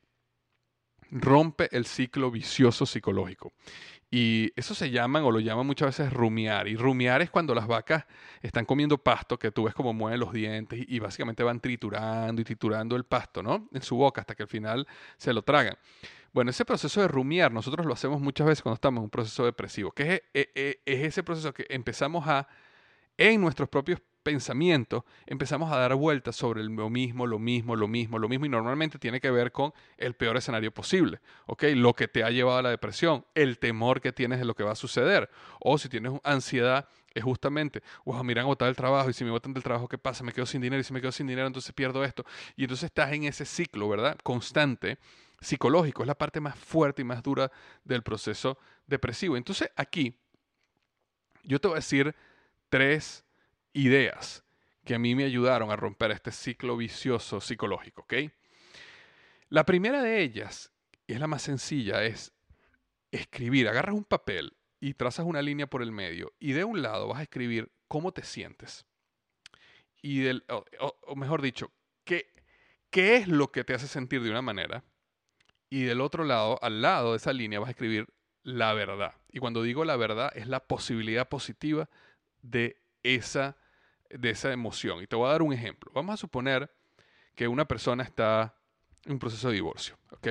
rompe el ciclo vicioso psicológico. Y eso se llaman o lo llaman muchas veces rumiar. Y rumiar es cuando las vacas están comiendo pasto, que tú ves cómo mueven los dientes y, y básicamente van triturando y triturando el pasto, ¿no? En su boca hasta que al final se lo tragan. Bueno, ese proceso de rumiar nosotros lo hacemos muchas veces cuando estamos en un proceso depresivo, que es, es- es- es ese proceso que empezamos a, en nuestros propios pensamientos, empezamos a dar vueltas sobre lo mismo, lo mismo, lo mismo, lo mismo, y normalmente tiene que ver con el peor escenario posible, ¿ok? Lo que te ha llevado a la depresión, el temor que tienes de lo que va a suceder, o si tienes ansiedad, es justamente, wow, me irán a botar el trabajo, y si me botan del trabajo, ¿qué pasa? Me quedo sin dinero, y si me quedo sin dinero, entonces pierdo esto, y entonces estás en ese ciclo, ¿verdad? Constante, psicológico, es la parte más fuerte y más dura del proceso depresivo. Entonces aquí, yo te voy a decir tres ideas que a mí me ayudaron a romper este ciclo vicioso psicológico, ¿ok? La primera de ellas, y es la más sencilla, es escribir. Agarras un papel y trazas una línea por el medio y de un lado vas a escribir cómo te sientes. Y del, o, o- o mejor dicho, qué, qué es lo que te hace sentir de una manera. Y del otro lado, al lado de esa línea vas a escribir la verdad. Y cuando digo la verdad, es la posibilidad positiva de esa, de esa emoción. Y te voy a dar un ejemplo. Vamos a suponer que una persona está en un proceso de divorcio, ¿ok?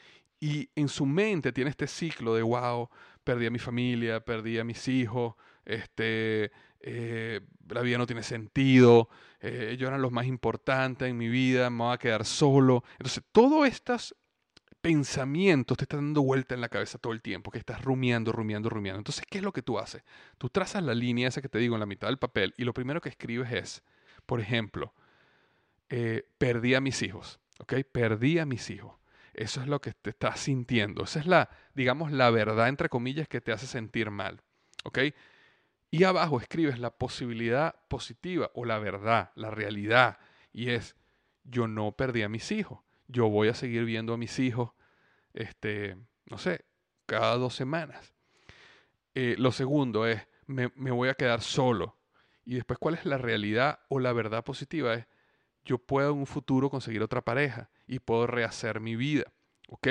Y en su mente tiene este ciclo de, wow, perdí a mi familia, perdí a mis hijos, este, eh, la vida no tiene sentido, eh, ellos eran los más importantes en mi vida, me voy a quedar solo. Entonces, todos estos pensamientos te están dando vuelta en la cabeza todo el tiempo, que estás rumiando, rumiando, rumiando. Entonces, ¿qué es lo que tú haces? Tú trazas la línea esa que te digo en la mitad del papel y lo primero que escribes es, por ejemplo, eh, perdí a mis hijos, ¿ok? Perdí a mis hijos. Eso es lo que te estás sintiendo. Esa es la, digamos, la verdad, entre comillas, que te hace sentir mal, ¿ok? Y abajo escribes la posibilidad positiva o la verdad, la realidad. Y es, yo no perdí a mis hijos. Yo voy a seguir viendo a mis hijos, este, no sé, cada dos semanas. Eh, lo segundo es, me, me voy a quedar solo. Y después, ¿cuál es la realidad o la verdad positiva? Es, yo puedo en un futuro conseguir otra pareja y puedo rehacer mi vida, ¿ok?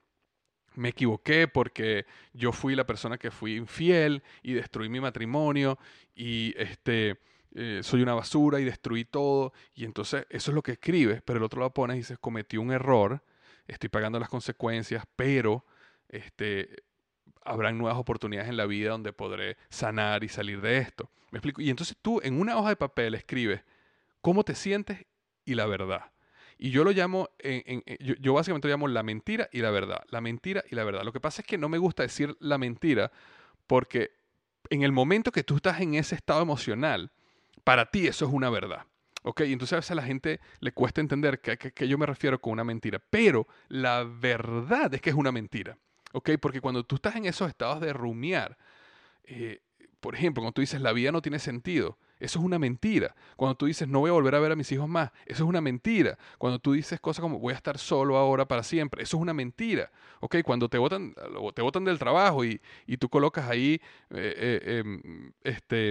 Me equivoqué porque yo fui la persona que fui infiel y destruí mi matrimonio y este, eh, soy una basura y destruí todo. Y entonces eso es lo que escribes, pero el otro lado pones y dices, cometí un error, estoy pagando las consecuencias, pero este, habrán nuevas oportunidades en la vida donde podré sanar y salir de esto. ¿Me explico? Y entonces tú en una hoja de papel escribes cómo te sientes y la verdad. Y yo lo llamo, en- en- en- yo, yo básicamente lo llamo la mentira y la verdad. La mentira y la verdad. Lo que pasa es que no me gusta decir la mentira porque en el momento que tú estás en ese estado emocional, para ti eso es una verdad. ¿Ok? Y entonces a veces a la gente le cuesta entender que, que, que yo me refiero con una mentira. Pero la verdad es que es una mentira. ¿Ok? Porque cuando tú estás en esos estados de rumiar, eh, por ejemplo, cuando tú dices la vida no tiene sentido, eso es una mentira. Cuando tú dices no voy a volver a ver a mis hijos más, eso es una mentira. Cuando tú dices cosas como voy a estar solo ahora para siempre, eso es una mentira. ¿Ok? Cuando te botan, te botan del trabajo y, y tú colocas ahí, eh, eh, eh, este...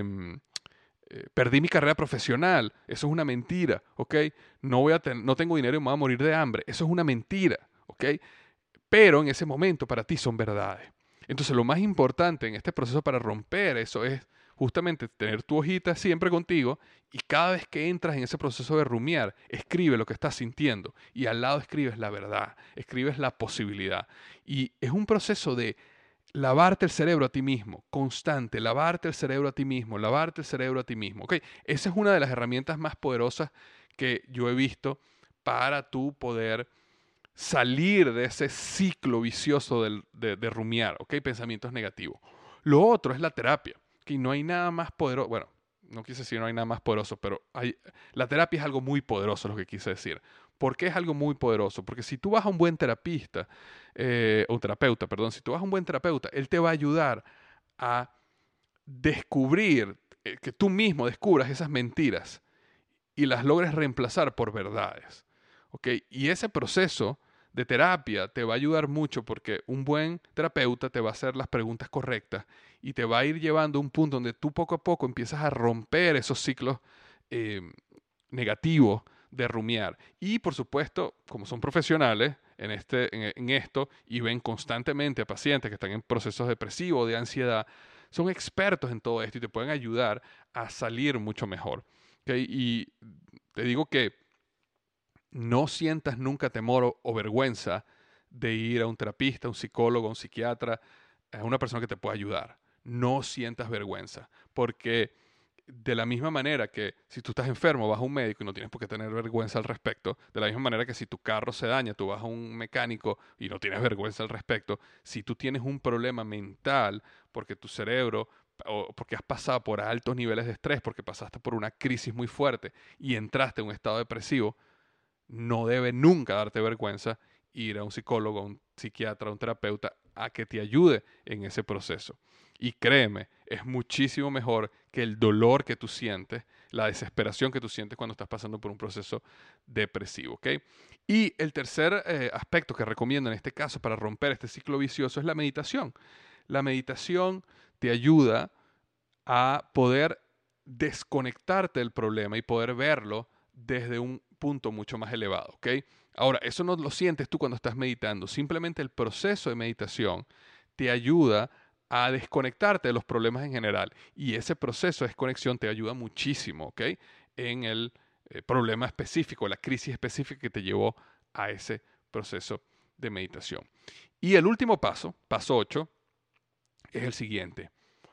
Eh, perdí mi carrera profesional, eso es una mentira, ¿ok? No, voy a ten- no tengo dinero y me voy a morir de hambre, eso es una mentira, ¿ok? Pero en ese momento para ti son verdades. Entonces lo más importante en este proceso para romper eso es justamente tener tu hojita siempre contigo y cada vez que entras en ese proceso de rumiar, escribe lo que estás sintiendo y al lado escribes la verdad, escribes la posibilidad. Y es un proceso de lavarte el cerebro a ti mismo, constante, lavarte el cerebro a ti mismo, lavarte el cerebro a ti mismo. ¿Ok? Esa es una de las herramientas más poderosas que yo he visto para tú poder salir de ese ciclo vicioso del- de, de rumiar, ¿ok? Pensamientos negativos. Lo otro es la terapia, que no hay nada más poderoso, bueno, no quise decir no hay nada más poderoso, pero hay, la terapia es algo muy poderoso, lo que quise decir. ¿Por qué es algo muy poderoso? Porque si tú vas a un buen terapista, eh, o terapeuta, perdón, si tú vas a un buen terapeuta, él te va a ayudar a descubrir, eh, que tú mismo descubras esas mentiras y las logres reemplazar por verdades. ¿Ok? Y ese proceso de terapia te va a ayudar mucho porque un buen terapeuta te va a hacer las preguntas correctas y te va a ir llevando a un punto donde tú poco a poco empiezas a romper esos ciclos eh, negativos de rumiar. Y por supuesto, como son profesionales en, este, en, en esto y ven constantemente a pacientes que están en procesos depresivos o de ansiedad, son expertos en todo esto y te pueden ayudar a salir mucho mejor. ¿Okay? Y te digo que no sientas nunca temor o, o vergüenza de ir a un terapista, un psicólogo, un psiquiatra, a una persona que te pueda ayudar. No sientas vergüenza, porque de la misma manera que si tú estás enfermo, vas a un médico y no tienes por qué tener vergüenza al respecto, de la misma manera que si tu carro se daña, tú vas a un mecánico y no tienes vergüenza al respecto, si tú tienes un problema mental porque tu cerebro o porque has pasado por altos niveles de estrés, porque pasaste por una crisis muy fuerte y entraste en un estado depresivo, no debe nunca darte vergüenza ir a un psicólogo, a un psiquiatra, a un terapeuta a que te ayude en ese proceso. Y créeme, es muchísimo mejor que el dolor que tú sientes, la desesperación que tú sientes cuando estás pasando por un proceso depresivo. ¿Ok? Y el tercer eh, aspecto que recomiendo en este caso para romper este ciclo vicioso es la meditación. La meditación te ayuda a poder desconectarte del problema y poder verlo desde un punto mucho más elevado, ¿ok? Ahora, eso no lo sientes tú cuando estás meditando. Simplemente el proceso de meditación te ayuda a desconectarte de los problemas en general. Y ese proceso de desconexión te ayuda muchísimo, ¿ok? En el eh, problema específico, la crisis específica que te llevó a ese proceso de meditación. Y el último paso, paso ocho, es el siguiente.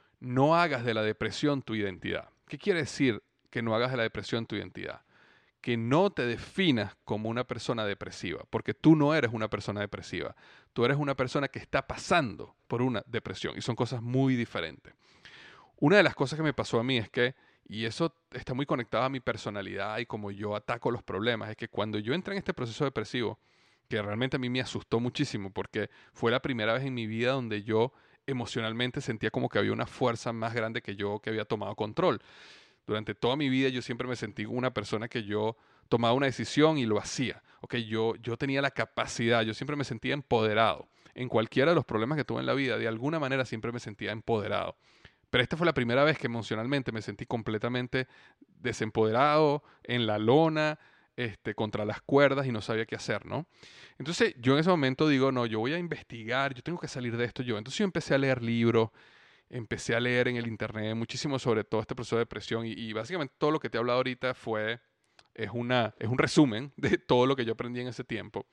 No hagas de la depresión tu identidad. ¿Qué quiere decir que no hagas de la depresión tu identidad? Que no te definas como una persona depresiva, porque tú no eres una persona depresiva. Tú eres una persona que está pasando por una depresión y son cosas muy diferentes. Una de las cosas que me pasó a mí es que, y eso está muy conectado a mi personalidad y como yo ataco los problemas, es que cuando yo entré en este proceso depresivo, que realmente a mí me asustó muchísimo porque fue la primera vez en mi vida donde yo emocionalmente sentía como que había una fuerza más grande que yo que había tomado control. Durante toda mi vida yo siempre me sentí como una persona que yo tomaba una decisión y lo hacía. Okay, yo, yo tenía la capacidad, yo siempre me sentía empoderado. En cualquiera de los problemas que tuve en la vida, de alguna manera siempre me sentía empoderado. Pero esta fue la primera vez que emocionalmente me sentí completamente desempoderado, en la lona, este, contra las cuerdas y no sabía qué hacer, ¿no? Entonces yo en ese momento digo, no, yo voy a investigar, yo tengo que salir de esto yo. Entonces yo empecé a leer libros, empecé a leer en el internet muchísimo sobre todo este proceso de depresión y, y básicamente todo lo que te he hablado ahorita fue, es, una, es un resumen de todo lo que yo aprendí en ese tiempo.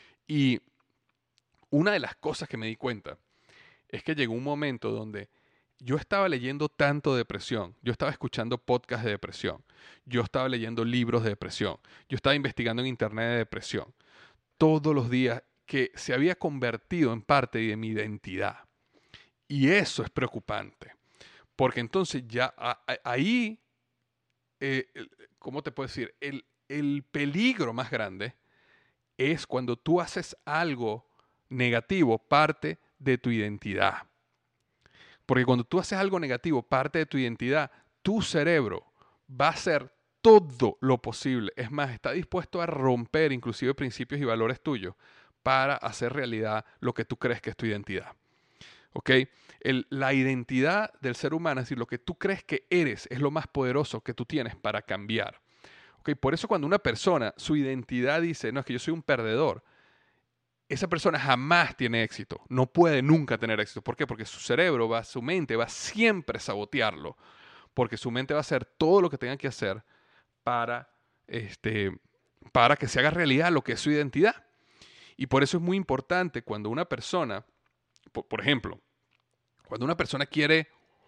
Y una de las cosas que me di cuenta es que llegó un momento donde yo estaba leyendo tanto de depresión, yo estaba escuchando podcasts de depresión, yo estaba leyendo libros de depresión, yo estaba investigando en internet de depresión, todos los días, que se había convertido en parte de mi identidad. Y eso es preocupante, porque entonces ya a, a, ahí eh, ¿cómo te puedo decir? El, el peligro más grande es cuando tú haces algo negativo parte de tu identidad. Porque cuando tú haces algo negativo parte de tu identidad, tu cerebro va a hacer todo lo posible. Es más, está dispuesto a romper inclusive principios y valores tuyos para hacer realidad lo que tú crees que es tu identidad. ¿Ok? El, la identidad del ser humano, es decir, lo que tú crees que eres, es lo más poderoso que tú tienes para cambiar. ¿Ok? Por eso cuando una persona, su identidad dice, no, es que yo soy un perdedor, esa persona jamás tiene éxito, no puede nunca tener éxito. ¿Por qué? Porque su cerebro, va, su mente va siempre a sabotearlo, porque su mente va a hacer todo lo que tenga que hacer para, este, para que se haga realidad lo que es su identidad. Y por eso es muy importante cuando una persona, por, por ejemplo, cuando una persona quiere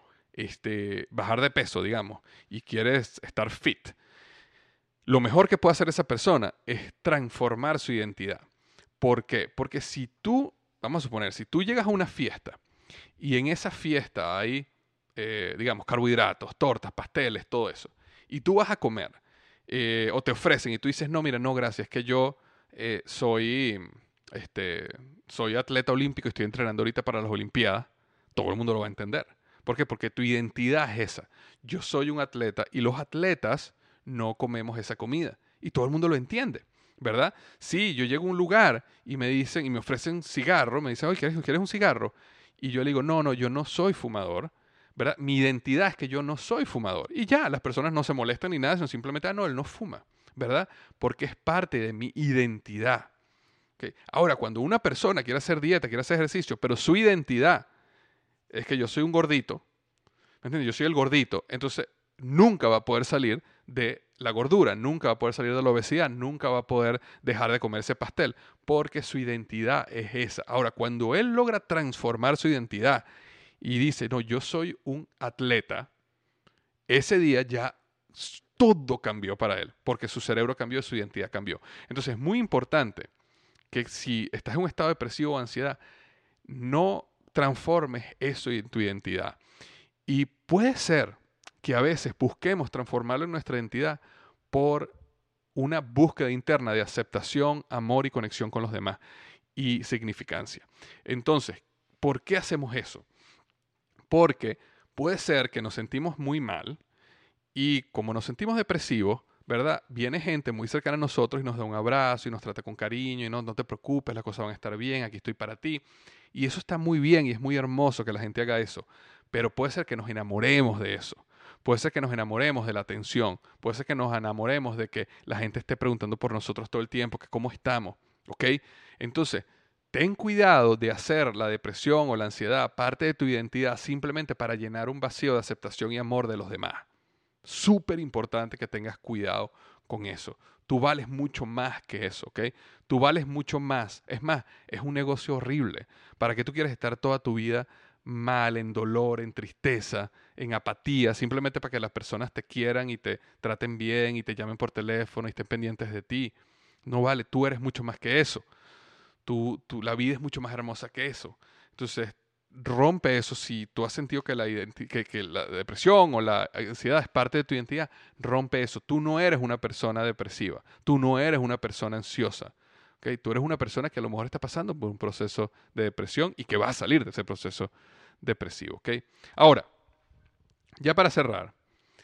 este, bajar de peso, digamos, y quiere estar fit, lo mejor que puede hacer esa persona es transformar su identidad. ¿Por qué? Porque si tú, vamos a suponer, si tú llegas a una fiesta y en esa fiesta hay, eh, digamos, carbohidratos, tortas, pasteles, todo eso, y tú vas a comer, eh, o te ofrecen y tú dices, no, mira, no, gracias, es que yo eh, soy, este, soy atleta olímpico y estoy entrenando ahorita para las Olimpiadas, todo el mundo lo va a entender. ¿Por qué? Porque tu identidad es esa. Yo soy un atleta y los atletas no comemos esa comida. Y todo el mundo lo entiende, ¿verdad? Sí, yo llego a un lugar y me dicen, y me ofrecen cigarro, me dicen, oye, ¿quieres, ¿quieres un cigarro? Y yo le digo, no, no, yo no soy fumador, ¿verdad? Mi identidad es que yo no soy fumador. Y ya, las personas no se molestan ni nada, sino simplemente, ah, no, él no fuma, ¿verdad? Porque es parte de mi identidad. ¿Okay? Ahora, cuando una persona quiere hacer dieta, quiere hacer ejercicio, pero su identidad es que yo soy un gordito, ¿me entiendes? Yo soy el gordito, entonces nunca va a poder salir de la gordura, nunca va a poder salir de la obesidad, nunca va a poder dejar de comer ese pastel, porque su identidad es esa. Ahora, cuando él logra transformar su identidad y dice, no, yo soy un atleta, ese día ya todo cambió para él, porque su cerebro cambió, su identidad cambió. Entonces es muy importante que si estás en un estado depresivo o ansiedad, no transformes eso en tu identidad. Y puede ser que a veces busquemos transformarlo en nuestra identidad por una búsqueda interna de aceptación, amor y conexión con los demás y significancia. Entonces, ¿por qué hacemos eso? Porque puede ser que nos sentimos muy mal y como nos sentimos depresivos, ¿verdad? Viene gente muy cercana a nosotros y nos da un abrazo y nos trata con cariño y no, no te preocupes, las cosas van a estar bien, aquí estoy para ti. Y eso está muy bien y es muy hermoso que la gente haga eso. Pero puede ser que nos enamoremos de eso. Puede ser que nos enamoremos de la atención. Puede ser que nos enamoremos de que la gente esté preguntando por nosotros todo el tiempo, que cómo estamos. ¿Ok? Entonces, ten cuidado de hacer la depresión o la ansiedad parte de tu identidad simplemente para llenar un vacío de aceptación y amor de los demás. Súper importante que tengas cuidado con eso. Tú vales mucho más que eso, ¿ok? Tú vales mucho más. Es más, es un negocio horrible. ¿Para qué tú quieres estar toda tu vida mal, en dolor, en tristeza, en apatía, simplemente para que las personas te quieran y te traten bien y te llamen por teléfono y estén pendientes de ti? No vale, tú eres mucho más que eso. Tú, tú, la vida es mucho más hermosa que eso. Entonces, rompe eso. Si tú has sentido que la, que, que la depresión o la ansiedad es parte de tu identidad, rompe eso. Tú no eres una persona depresiva. Tú no eres una persona ansiosa. ¿Okay? Tú eres una persona que a lo mejor está pasando por un proceso de depresión y que va a salir de ese proceso depresivo. ¿Okay? Ahora, ya para cerrar,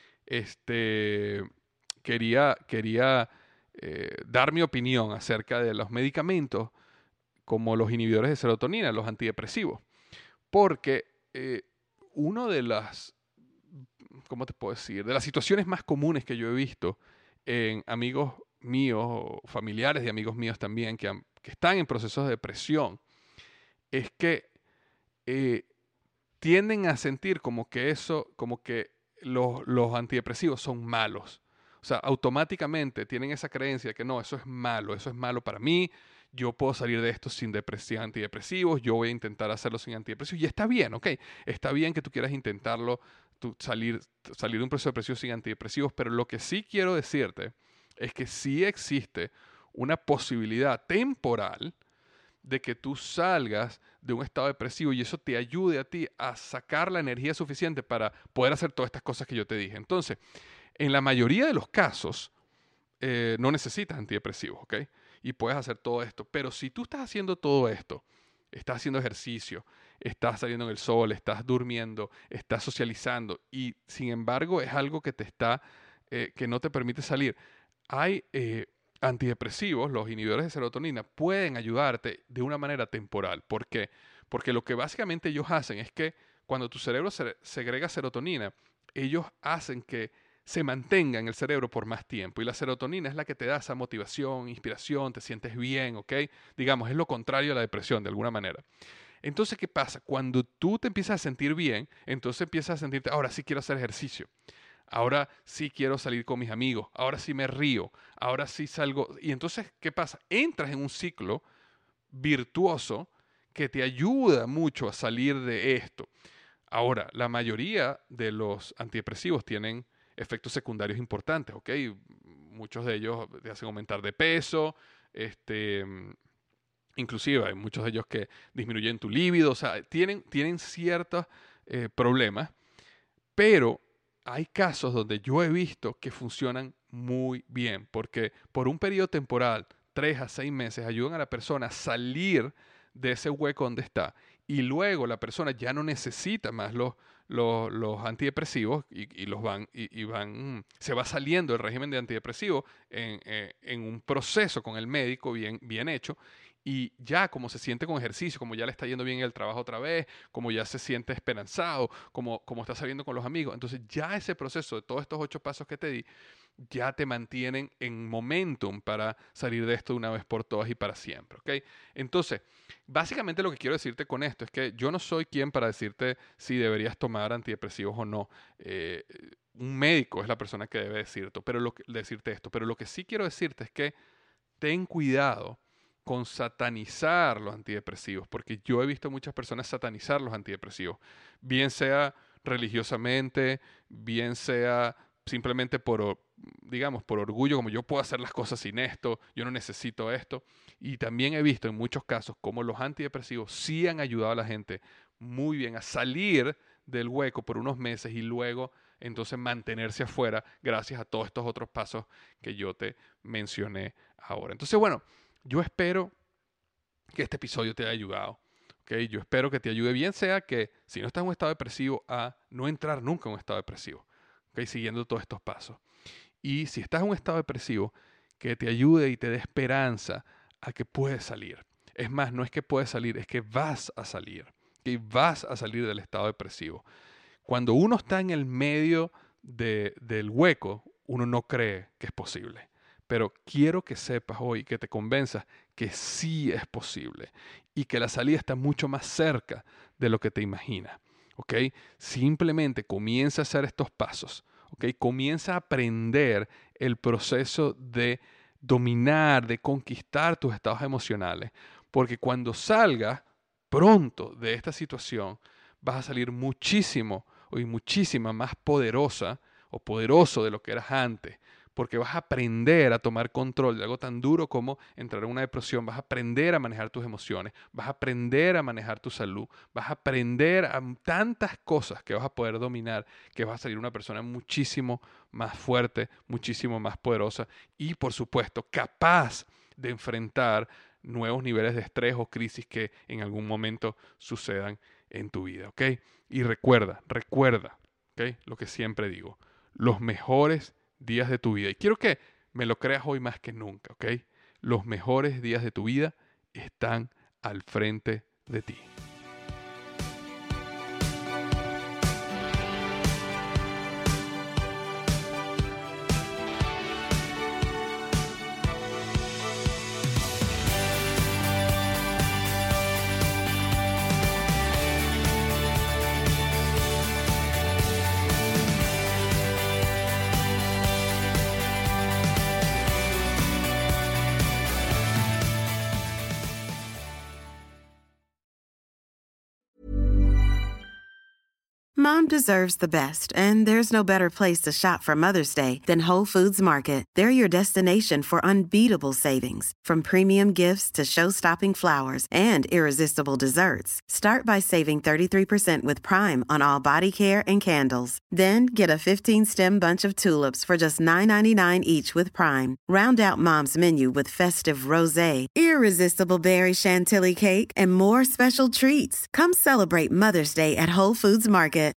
este, quería, quería eh, dar mi opinión acerca de los medicamentos como los inhibidores de serotonina, los antidepresivos. Porque eh, una de las, ¿cómo te puedo decir? De las situaciones más comunes que yo he visto en amigos míos, o familiares de amigos míos también, que, han, que están en procesos de depresión, es que eh, tienden a sentir como que eso, como que los, los antidepresivos son malos. O sea, automáticamente tienen esa creencia que no, eso es malo, eso es malo para mí, yo puedo salir de esto sin antidepresivos, yo voy a intentar hacerlo sin antidepresivos. Y está bien, ¿ok? Está bien que tú quieras intentarlo, tú salir, salir de un proceso depresivo sin antidepresivos, pero lo que sí quiero decirte es que sí existe una posibilidad temporal de que tú salgas de un estado depresivo y eso te ayude a ti a sacar la energía suficiente para poder hacer todas estas cosas que yo te dije. Entonces, En la mayoría de los casos, eh, no necesitas antidepresivos, ¿ok? Y puedes hacer todo esto. Pero si tú estás haciendo todo esto, estás haciendo ejercicio, estás saliendo en el sol, estás durmiendo, estás socializando y sin embargo es algo que te está, eh, que no te permite salir. Hay eh, antidepresivos, los inhibidores de serotonina, pueden ayudarte de una manera temporal. ¿Por qué? Porque lo que básicamente ellos hacen es que cuando tu cerebro se segrega serotonina, ellos hacen que se mantenga en el cerebro por más tiempo. Y la serotonina es la que te da esa motivación, inspiración, te sientes bien, ¿ok? Digamos, es lo contrario a la depresión, de alguna manera. Entonces, ¿qué pasa? Cuando tú te empiezas a sentir bien, entonces empiezas a sentirte, ahora sí quiero hacer ejercicio. Ahora sí quiero salir con mis amigos. Ahora sí me río. Ahora sí salgo. Y entonces, ¿qué pasa? Entras en un ciclo virtuoso que te ayuda mucho a salir de esto. Ahora, la mayoría de los antidepresivos tienen efectos secundarios importantes, ¿ok? Muchos de ellos te hacen aumentar de peso, este, inclusive hay muchos de ellos que disminuyen tu líbido, o sea, tienen, tienen ciertos eh, problemas, pero hay casos donde yo he visto que funcionan muy bien, porque por un periodo temporal, tres a seis meses, ayudan a la persona a salir de ese hueco donde está y luego la persona ya no necesita más los, los, los antidepresivos y, y los van, y, y van, se va saliendo del régimen de antidepresivos en, eh, en un proceso con el médico bien, bien hecho y ya como se siente con ejercicio, como ya le está yendo bien el trabajo otra vez, como ya se siente esperanzado, como, como está saliendo con los amigos, entonces ya ese proceso de todos estos ocho pasos que te di, ya te mantienen en momentum para salir de esto de una vez por todas y para siempre, ¿ok? Entonces, básicamente lo que quiero decirte con esto es que yo no soy quien para decirte si deberías tomar antidepresivos o no. Eh, un médico es la persona que debe decirte, pero lo que, decirte esto. Pero lo que sí quiero decirte es que ten cuidado con satanizar los antidepresivos, porque yo he visto muchas personas satanizar los antidepresivos, bien sea religiosamente, bien sea simplemente por, digamos, por orgullo, como yo puedo hacer las cosas sin esto, yo no necesito esto. Y también he visto en muchos casos cómo los antidepresivos sí han ayudado a la gente muy bien a salir del hueco por unos meses y luego entonces mantenerse afuera gracias a todos estos otros pasos que yo te mencioné ahora. Entonces, bueno, yo espero que este episodio te haya ayudado. ¿Okay? Yo espero que te ayude bien, sea que si no estás en un estado depresivo, a no entrar nunca en un estado depresivo. ¿Okay? Siguiendo todos estos pasos. Y si estás en un estado depresivo, que te ayude y te dé esperanza a que puedes salir. Es más, no es que puedes salir, es que vas a salir. Que vas a salir del estado depresivo. Cuando uno está en el medio de, del hueco, uno no cree que es posible. Pero quiero que sepas hoy, que te convenzas que sí es posible y que la salida está mucho más cerca de lo que te imaginas. ¿Ok? Simplemente comienza a hacer estos pasos. ¿Ok? Comienza a aprender el proceso de dominar, de conquistar tus estados emocionales. Porque cuando salgas pronto de esta situación, vas a salir muchísimo y muchísima más poderosa o poderoso de lo que eras antes. Porque vas a aprender a tomar control de algo tan duro como entrar en una depresión, vas a aprender a manejar tus emociones, vas a aprender a manejar tu salud, vas a aprender a tantas cosas que vas a poder dominar, que vas a salir una persona muchísimo más fuerte, muchísimo más poderosa y, por supuesto, capaz de enfrentar nuevos niveles de estrés o crisis que en algún momento sucedan en tu vida, ¿ok? Y recuerda, recuerda, ¿ok? Lo que siempre digo, los mejores días de tu vida. Y quiero que me lo creas hoy más que nunca, ¿ok? Los mejores días de tu vida están al frente de ti. Mom deserves the best, and there's no better place to shop for Mother's Day than Whole Foods Market. They're your destination for unbeatable savings, from premium gifts to show-stopping flowers and irresistible desserts. Start by saving thirty-three percent with Prime on all body care and candles. Then get a fifteen-stem bunch of tulips for just nine ninety-nine each with Prime. Round out Mom's menu with festive rosé, irresistible berry chantilly cake, and more special treats. Come celebrate Mother's Day at Whole Foods Market.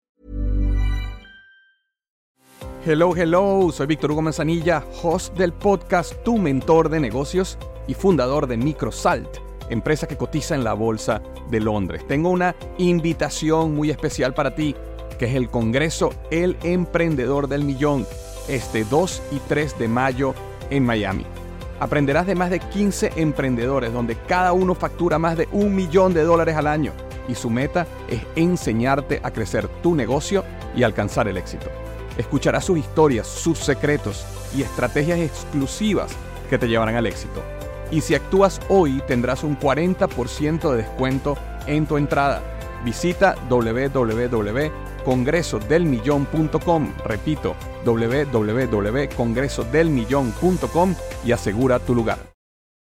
Hello, hello, soy Víctor Hugo Manzanilla, host del podcast Tu Mentor de Negocios y fundador de Microsalt, empresa que cotiza en la Bolsa de Londres. Tengo una invitación muy especial para ti, que es el Congreso El Emprendedor del Millón, este dos y tres de mayo en Miami. Aprenderás de más de quince emprendedores, donde cada uno factura más de un millón de dólares al año, y su meta es enseñarte a crecer tu negocio y alcanzar el éxito. Escucharás sus historias, sus secretos y estrategias exclusivas que te llevarán al éxito. Y si actúas hoy, tendrás un cuarenta por ciento de descuento en tu entrada. Visita doble u doble u doble u punto congreso del millón punto com, repito, doble u doble u doble u punto congreso del millón punto com y asegura tu lugar.